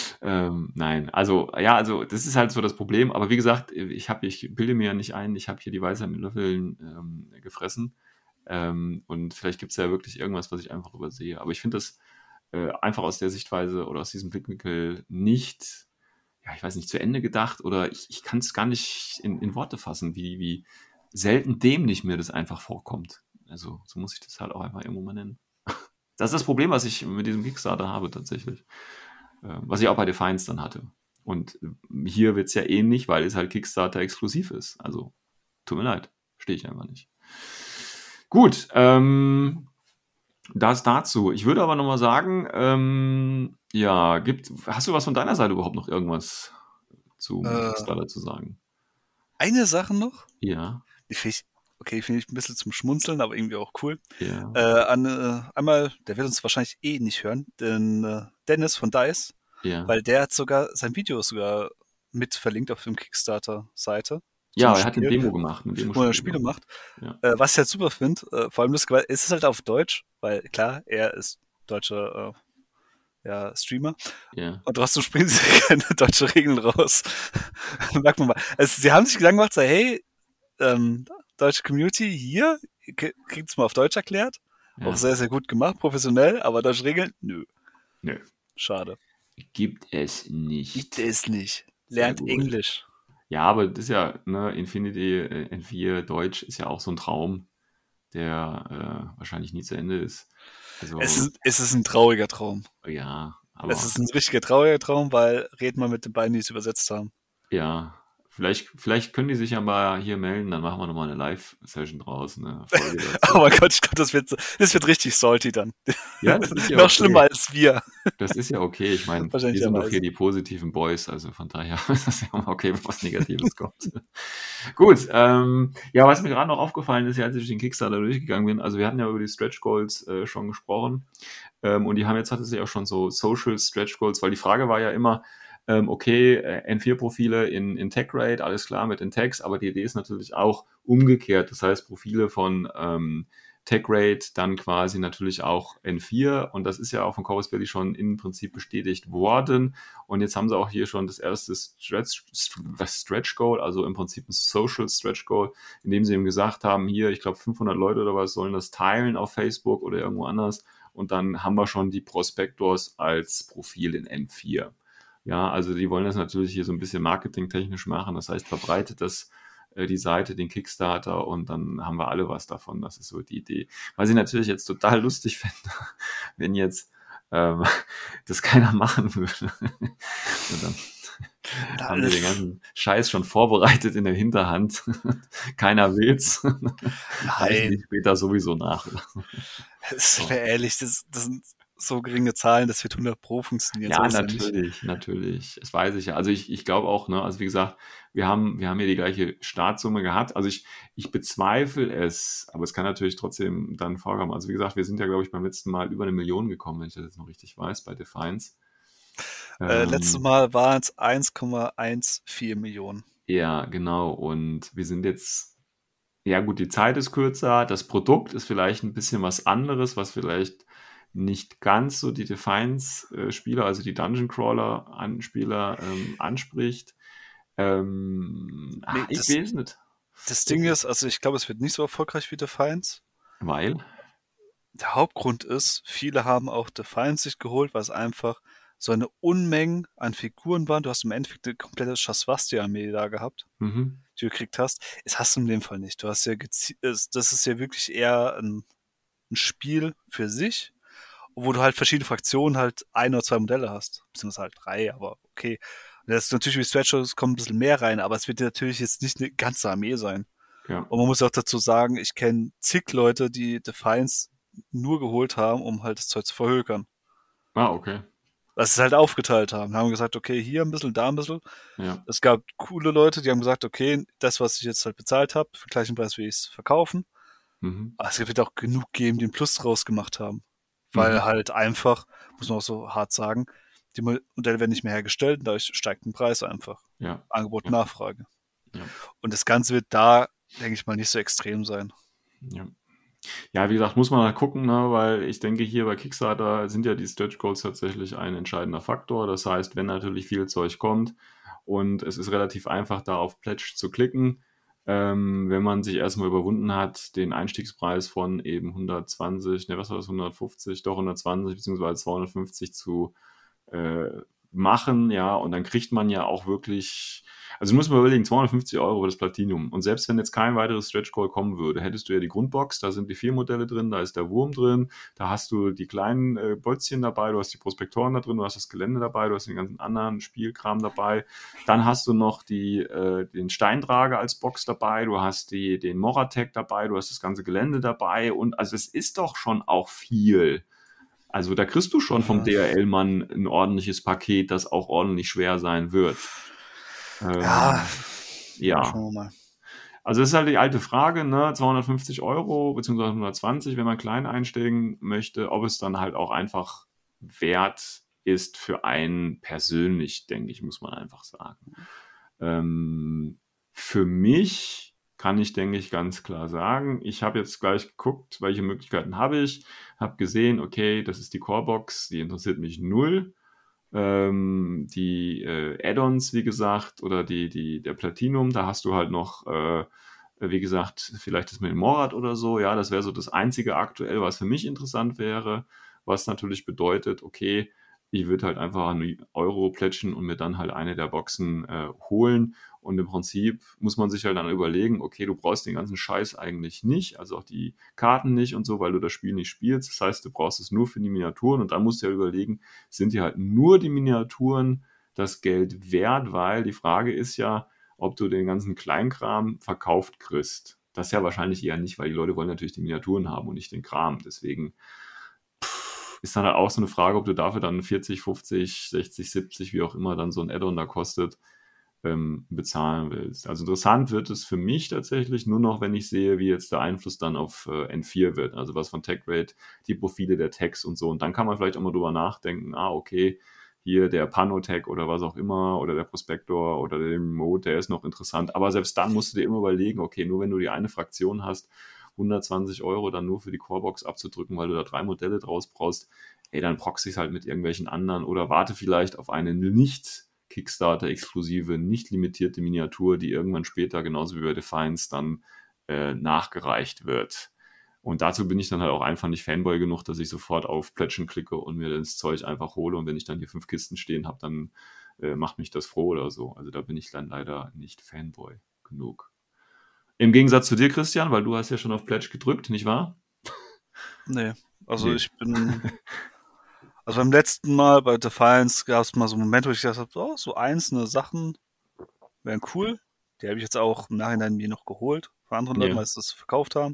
Ähm, nein, also, ja, also, das ist halt so das Problem. Aber wie gesagt, ich habe, ich bilde mir ja nicht ein, ich habe hier die Weisheit mit Löffeln ähm, gefressen. Ähm, und vielleicht gibt es ja wirklich irgendwas, was ich einfach übersehe. Aber ich finde das äh, einfach aus der Sichtweise oder aus diesem Blickwinkel nicht, ja, ich weiß nicht, zu Ende gedacht oder ich, ich kann es gar nicht in, in Worte fassen, wie, wie selten dämlich mir das einfach vorkommt. Also, so muss ich das halt auch einfach irgendwo mal nennen. Das ist das Problem, was ich mit diesem Kickstarter habe tatsächlich. Ähm, was ich auch bei Defiance dann hatte. Und äh, hier wird es ja ähnlich, weil es halt Kickstarter exklusiv ist. Also, tut mir leid, stehe ich einfach nicht. Gut, ähm, das dazu. Ich würde aber nochmal sagen, ähm, ja, gibt, hast du was von deiner Seite überhaupt noch irgendwas zum Äh, Kickstarter zu sagen? Eine Sache noch, Ja, die finde ich, okay, finde ich ein bisschen zum Schmunzeln, aber irgendwie auch cool. ja, Äh, an, äh, einmal, der wird uns wahrscheinlich eh nicht hören, denn äh, Dennis von DICE, ja. weil der hat sogar sein Video sogar mit verlinkt auf dem Kickstarter-Seite Ja, zum er hat eine Spiel, Demo gemacht, eine Demo wo er Spiele macht. Ja. Äh, was ich halt super finde, äh, vor allem das, weil es ist halt auf Deutsch, weil klar, er ist deutscher ja, Streamer. Ja. Und trotzdem springen sie keine deutsche Regeln raus. Merkt man mal. Also, sie haben sich Gedanken gemacht, so, hey, ähm, deutsche Community, hier, kriegt's mal auf Deutsch erklärt. Auch Ja. sehr, sehr gut gemacht, professionell, aber deutsche Regeln, nö. Nö. Schade. Gibt es nicht. Gibt es nicht. Sehr Lernt gut. Englisch. Ja, aber das ist ja, ne, Infinity äh, N vier Deutsch ist ja auch so ein Traum, der äh, wahrscheinlich nie zu Ende ist. Also, Es ist, es ist ein trauriger Traum. ja, aber Es ist ein richtiger trauriger Traum, weil red mal mit den beiden, die es übersetzt haben. ja, vielleicht, vielleicht können die sich ja mal hier melden, dann machen wir nochmal eine Live-Session draus, eine Folge dazu. Oh mein Gott, ich glaube, das wird, so- das wird richtig salty dann. Ja, das ist ja Noch okay. schlimmer als wir. Das ist ja okay. Ich meine, wir Wahrscheinlich sind doch erweise. hier die positiven Boys, also von daher ist das ja mal okay, wenn was Negatives kommt. Gut, ähm, ja, was mir gerade noch aufgefallen ist, ja, als ich durch den Kickstarter durchgegangen bin, also wir hatten ja über die Stretch Goals äh, schon gesprochen, ähm, und die haben jetzt tatsächlich auch schon so Social Stretch Goals, weil die Frage war ja immer, ähm, okay, äh, N vier Profile in, in Tech Rate, alles klar mit den Tags, aber die Idee ist natürlich auch umgekehrt, das heißt Profile von ähm, Tech Rate, dann quasi natürlich auch N vier, und das ist ja auch von Corvus Belli schon im Prinzip bestätigt worden, und jetzt haben sie auch hier schon das erste Stretch, das Stretch Goal, also im Prinzip ein Social Stretch Goal, indem sie eben gesagt haben, hier, ich glaube fünfhundert Leute oder was sollen das teilen auf Facebook oder irgendwo anders, und dann haben wir schon die Prospectors als Profil in N vier. Ja, also die wollen das natürlich hier so ein bisschen marketingtechnisch machen, das heißt, verbreitet das äh, die Seite, den Kickstarter, und dann haben wir alle was davon. Das ist so die Idee. Was ich natürlich jetzt total lustig fände, wenn jetzt ähm, das keiner machen würde. Und dann haben wir den ganzen Scheiß schon vorbereitet in der Hinterhand. Keiner will's. Reichen die Nein, später sowieso nach. es wäre ehrlich, das, das sind so geringe Zahlen, das wird hundert Pro funktionieren. Ja, So ist ja nicht. natürlich, natürlich. Das weiß ich ja. Also ich, ich glaube auch, ne, also wie gesagt, wir haben, wir haben hier die gleiche Startsumme gehabt. Also ich, ich bezweifle es, aber es kann natürlich trotzdem dann vorkommen. Also wie gesagt, wir sind ja, glaube ich, beim letzten Mal über eine Million gekommen, wenn ich das jetzt noch richtig weiß, bei Defiance. Äh, letztes Ähm, Mal waren es eins Komma vierzehn Millionen. ja, genau. Und wir sind jetzt, ja gut, die Zeit ist kürzer, das Produkt ist vielleicht ein bisschen was anderes, was vielleicht nicht ganz so die Defiance-Spieler, also die Dungeon Crawler-Spieler ähm, anspricht. Ähm, ah, Nee, ich das, weiß nicht. das Ding ist, also ich glaube, es wird nicht so erfolgreich wie Defiance. Weil? Der Hauptgrund ist, viele haben auch Defiance sich geholt, weil es einfach so eine Unmenge an Figuren waren. Du hast im Endeffekt eine komplette Shasvastia-Armee da gehabt, Mhm. die du gekriegt hast. Das hast du in dem Fall nicht. Du hast ja gezi- es- das ist ja wirklich eher ein, ein Spiel für sich, wo du halt verschiedene Fraktionen halt ein oder zwei Modelle hast. Beziehungsweise halt drei, aber okay. Und das ist natürlich wie Stretch Goals kommt ein bisschen mehr rein, aber es wird ja natürlich jetzt nicht eine ganze Armee sein. Ja. Und man muss auch dazu sagen, ich kenne zig Leute, die Defiance nur geholt haben, um halt das Zeug zu verhökern. Ah, okay. Was sie halt aufgeteilt haben. Haben gesagt, okay, hier ein bisschen, da ein bisschen. Ja. Es gab coole Leute, die haben gesagt, okay, das, was ich jetzt halt bezahlt habe, für gleichen Preis will ich es verkaufen. Mhm. Aber es wird auch genug geben, die einen Plus draus gemacht haben. Weil Mhm. halt einfach, muss man auch so hart sagen, die Modelle werden nicht mehr hergestellt und dadurch steigt der Preis einfach. Ja. Angebot, Ja. Nachfrage. Ja. Und das Ganze wird da, denke ich mal, nicht so extrem sein. Ja. Ja, wie gesagt, muss man halt gucken, ne, weil ich denke, hier bei Kickstarter sind ja die Stretch Goals tatsächlich ein entscheidender Faktor. Das heißt, wenn natürlich viel Zeug kommt und es ist relativ einfach, da auf Pledge zu klicken, ähm, wenn man sich erstmal überwunden hat, den Einstiegspreis von eben hundertzwanzig, ne, was war das, hundertfünfzig, doch hundertzwanzig beziehungsweise zweihundertfünfzig zu äh, machen, ja, und dann kriegt man ja auch wirklich, also du musst mal überlegen, zweihundertfünfzig Euro für das Platinum, und selbst wenn jetzt kein weiteres Stretch Goal kommen würde, hättest du ja die Grundbox, da sind die vier Modelle drin, da ist der Wurm drin, da hast du die kleinen äh, Bolzchen dabei, du hast die Prospektoren da drin, du hast das Gelände dabei, du hast den ganzen anderen Spielkram dabei, dann hast du noch die, äh, den Steintrager als Box dabei, du hast die, den Moratec dabei, du hast das ganze Gelände dabei, und also es ist doch schon auch viel. Also da kriegst du schon vom D H L-Mann ein ordentliches Paket, das auch ordentlich schwer sein wird. Ähm, Ja, ja. schauen wir mal. Also das ist halt die alte Frage, ne? zweihundertfünfzig Euro beziehungsweise hundertzwanzig, wenn man klein einsteigen möchte, ob es dann halt auch einfach wert ist für einen persönlich, denke ich, muss man einfach sagen. Ähm, für mich kann ich, denke ich, ganz klar sagen. Ich habe jetzt gleich geguckt, welche Möglichkeiten habe ich, habe gesehen, okay, das ist die Corebox, die interessiert mich null. Ähm, die äh, Add-ons, wie gesagt, oder die, die, der Platinum, da hast du halt noch, äh, wie gesagt, vielleicht das mit dem Morat oder so, ja, das wäre so das einzige aktuell, was für mich interessant wäre, was natürlich bedeutet, okay, ich würde halt einfach einen Euro plätschen und mir dann halt eine der Boxen äh, holen. Und im Prinzip muss man sich halt dann überlegen, okay, du brauchst den ganzen Scheiß eigentlich nicht, also auch die Karten nicht und so, weil du das Spiel nicht spielst. Das heißt, du brauchst es nur für die Miniaturen und dann musst du ja überlegen, sind dir halt nur die Miniaturen das Geld wert, weil die Frage ist ja, ob du den ganzen Kleinkram verkauft kriegst. Das ist ja wahrscheinlich eher nicht, weil die Leute wollen natürlich die Miniaturen haben und nicht den Kram. Deswegen ist dann halt auch so eine Frage, ob du dafür dann vierzig, fünfzig, sechzig, siebzig, wie auch immer dann so ein Add-on da kostet, ähm, bezahlen willst. Also interessant wird es für mich tatsächlich nur noch, wenn ich sehe, wie jetzt der Einfluss dann auf äh, N vier wird, also was von TechRate, die Profile der Tags und so. Und dann kann man vielleicht auch mal drüber nachdenken, ah, okay, hier der Panotech oder was auch immer oder der Prospector oder der Mode, der ist noch interessant. Aber selbst dann musst du dir immer überlegen, okay, nur wenn du die eine Fraktion hast, hundertzwanzig Euro dann nur für die Corebox abzudrücken, weil du da drei Modelle draus brauchst, ey, dann proxy es halt mit irgendwelchen anderen oder warte vielleicht auf eine nicht Kickstarter-exklusive, nicht limitierte Miniatur, die irgendwann später, genauso wie bei Defiance, dann äh, nachgereicht wird. Und dazu bin ich dann halt auch einfach nicht Fanboy genug, dass ich sofort auf Plätschen klicke und mir das Zeug einfach hole. Und wenn ich dann hier fünf Kisten stehen habe, dann äh, macht mich das froh oder so. Also da bin ich dann leider nicht Fanboy genug. Im Gegensatz zu dir, Christian, weil du hast ja schon auf Pledge gedrückt, nicht wahr? Nee, also Nee. ich bin... Also beim letzten Mal bei Defiance gab es mal so einen Moment, wo ich gesagt habe, oh, so einzelne Sachen wären cool. Die habe ich jetzt auch im Nachhinein mir noch geholt von anderen Ja. Leuten, weil sie das verkauft haben.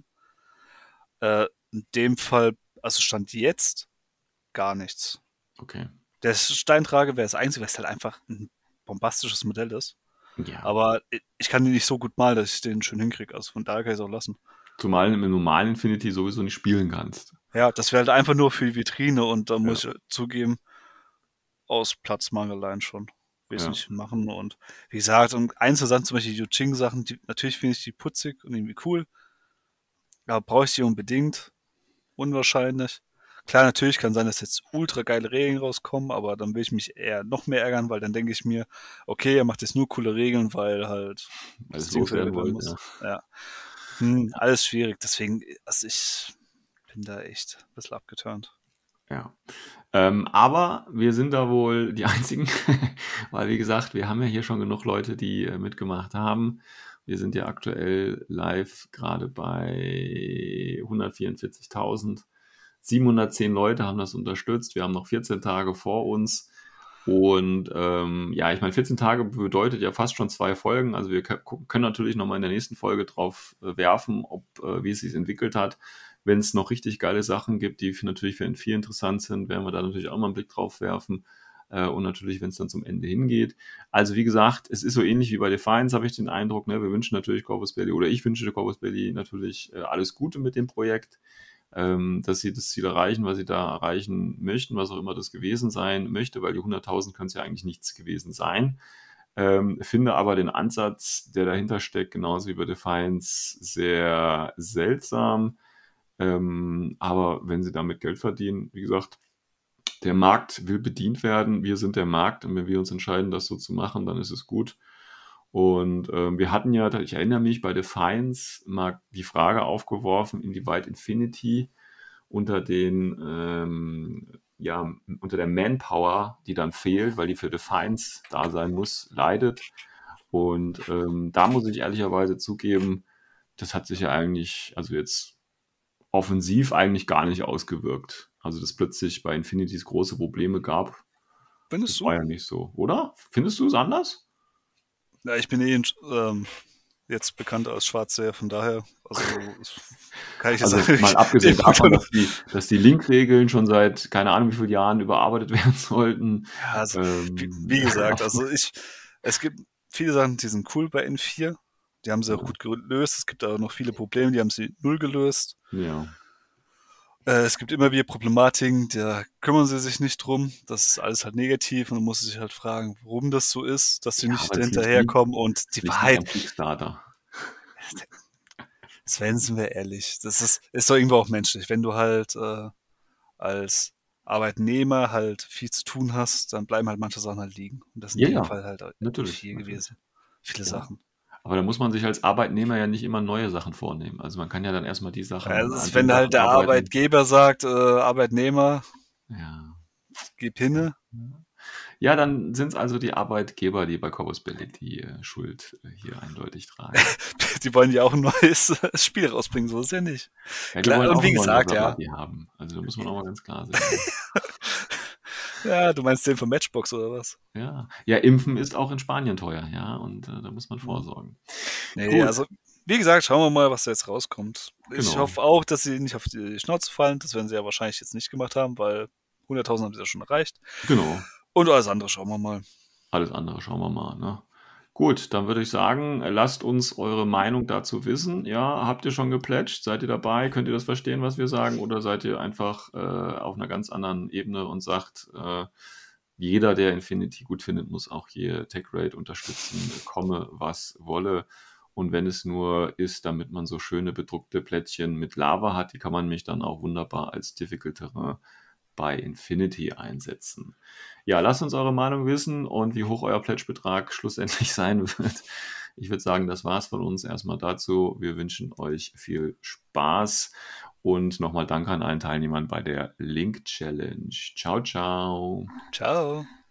Äh, in dem Fall, also Stand jetzt, gar nichts. Okay. Der Steintrage wäre das Einzige, weil es halt einfach ein bombastisches Modell ist. Ja. Aber ich kann den nicht so gut malen, dass ich den schön hinkriege. Also von daher kann ich es auch lassen. Zumal du im normalen Infinity sowieso nicht spielen kannst. Ja, das wäre halt einfach nur für die Vitrine und da Ja. muss ich zugeben, aus Platzmangel allein schon. Will ich Ja. nicht machen. Und wie gesagt, und einzelne Sachen, zum Beispiel die Yuching-Sachen, die, natürlich finde ich die putzig und irgendwie cool. Aber brauche ich die unbedingt? Unwahrscheinlich. Klar, natürlich kann sein, dass jetzt ultra geile Regeln rauskommen, aber dann will ich mich eher noch mehr ärgern, weil dann denke ich mir, okay, er macht jetzt nur coole Regeln, weil halt Weil es Ding loswerden verwendet wollt, muss. ja. Ja. Hm, alles schwierig. Deswegen, also ich bin da echt ein bisschen abgeturnt. Ja. Ähm, aber wir sind da wohl die Einzigen, weil wie gesagt, wir haben ja hier schon genug Leute, die äh, mitgemacht haben. Wir sind ja aktuell live gerade bei hundertvierundvierzigtausend. siebenhundertzehn Leute haben das unterstützt. Wir haben noch vierzehn Tage vor uns. Und ähm, ja, ich meine, vierzehn Tage bedeutet ja fast schon zwei Folgen. Also wir k- können natürlich nochmal in der nächsten Folge drauf äh, werfen, ob äh, wie es sich entwickelt hat. Wenn es noch richtig geile Sachen gibt, die für, natürlich für N vier interessant sind, werden wir da natürlich auch mal einen Blick drauf werfen. Äh, und natürlich, wenn es dann zum Ende hingeht. Also wie gesagt, es ist so ähnlich wie bei Defiance, habe ich den Eindruck. Ne? Wir wünschen natürlich Corvus Belli, oder ich wünsche Corvus Belli natürlich äh, alles Gute mit dem Projekt. Ähm, dass sie das Ziel erreichen, was sie da erreichen möchten, was auch immer das gewesen sein möchte, weil die hunderttausend können es ja eigentlich nichts gewesen sein. Ähm, finde aber den Ansatz, der dahinter steckt, genauso wie bei Defiance, sehr seltsam. Ähm, aber wenn sie damit Geld verdienen, wie gesagt, der Markt will bedient werden, wir sind der Markt und wenn wir uns entscheiden, das so zu machen, dann ist es gut. Und ähm, wir hatten ja, ich erinnere mich, bei Defiance mal die Frage aufgeworfen, inwieweit Infinity unter den, ähm, ja, unter der Manpower, die dann fehlt, weil die für Defiance da sein muss, leidet. Und ähm, da muss ich ehrlicherweise zugeben, das hat sich ja eigentlich, also jetzt offensiv eigentlich gar nicht ausgewirkt. Also dass plötzlich bei Infinities große Probleme gab, Findest das du? war ja nicht so, oder? Findest du es anders? Ja, ich bin eh ähm, jetzt bekannt als Schwarzseher, von daher, also kann ich jetzt Also sagen, mal abgesehen davon, dass die, dass die Link-Regeln schon seit keine Ahnung wie vielen Jahren überarbeitet werden sollten. Ja, also, Ähm, wie, wie gesagt, also ich, es gibt viele Sachen, die sind cool bei N vier, die haben sie auch gut gelöst, es gibt aber noch viele Probleme, die haben sie null gelöst. Ja. Äh, es gibt immer wieder Problematiken, da kümmern sie sich nicht drum, das ist alles halt negativ und man muss sich halt fragen, warum das so ist, dass sie Ja, nicht aber es liegt hinterherkommen und die liegt nicht Wahrheit, am Kickstarter. Sven, sind wir ehrlich, das ist, ist doch irgendwo auch menschlich. Wenn du halt äh, als Arbeitnehmer halt viel zu tun hast, dann bleiben halt manche Sachen halt liegen. Und das ist in Ja, dem ja, Fall halt natürlich, viel natürlich. gewesen. Viele Ja. Sachen. Aber da muss man sich als Arbeitnehmer ja nicht immer neue Sachen vornehmen. Also man kann ja dann erstmal die Sachen, Also an wenn den halt Sachen der arbeiten. Arbeitgeber sagt, äh, Arbeitnehmer, Ja. gib hinne. Ja, dann sind es also die Arbeitgeber, die bei Corvus Belli die äh, Schuld äh, hier eindeutig tragen. Die wollen ja auch ein neues äh, Spiel rausbringen, so ist ja nicht. Ja, die Klar, wollen und auch wie einen neuen gesagt, ja. Maserati haben. Also da muss man auch mal ganz klar sein. Ja, du meinst den von Matchbox oder was? Ja. Ja, Impfen ist auch in Spanien teuer, ja, und äh, da muss man vorsorgen. Nee, Gut. also wie gesagt, schauen wir mal, was da jetzt rauskommt. Ich Genau. hoffe auch, dass sie nicht auf die Schnauze fallen. Das werden sie ja wahrscheinlich jetzt nicht gemacht haben, weil hunderttausend haben sie ja schon erreicht. Genau. Und alles andere schauen wir mal. Alles andere schauen wir mal, ne? Gut, dann würde ich sagen, lasst uns eure Meinung dazu wissen. Ja, habt ihr schon geplätscht? Seid ihr dabei? Könnt ihr das verstehen, was wir sagen? Oder seid ihr einfach äh, auf einer ganz anderen Ebene und sagt, äh, jeder, der Infinity gut findet, muss auch hier TechRate unterstützen, komme, was wolle. Und wenn es nur ist, damit man so schöne bedruckte Plättchen mit Lava hat, die kann man mich dann auch wunderbar als Difficult Terrain bei Infinity einsetzen. Ja, lasst uns eure Meinung wissen und wie hoch euer Pledgebetrag schlussendlich sein wird. Ich würde sagen, das war's von uns erstmal dazu. Wir wünschen euch viel Spaß und nochmal Danke an allen Teilnehmern bei der Link Challenge. Ciao, ciao. Ciao.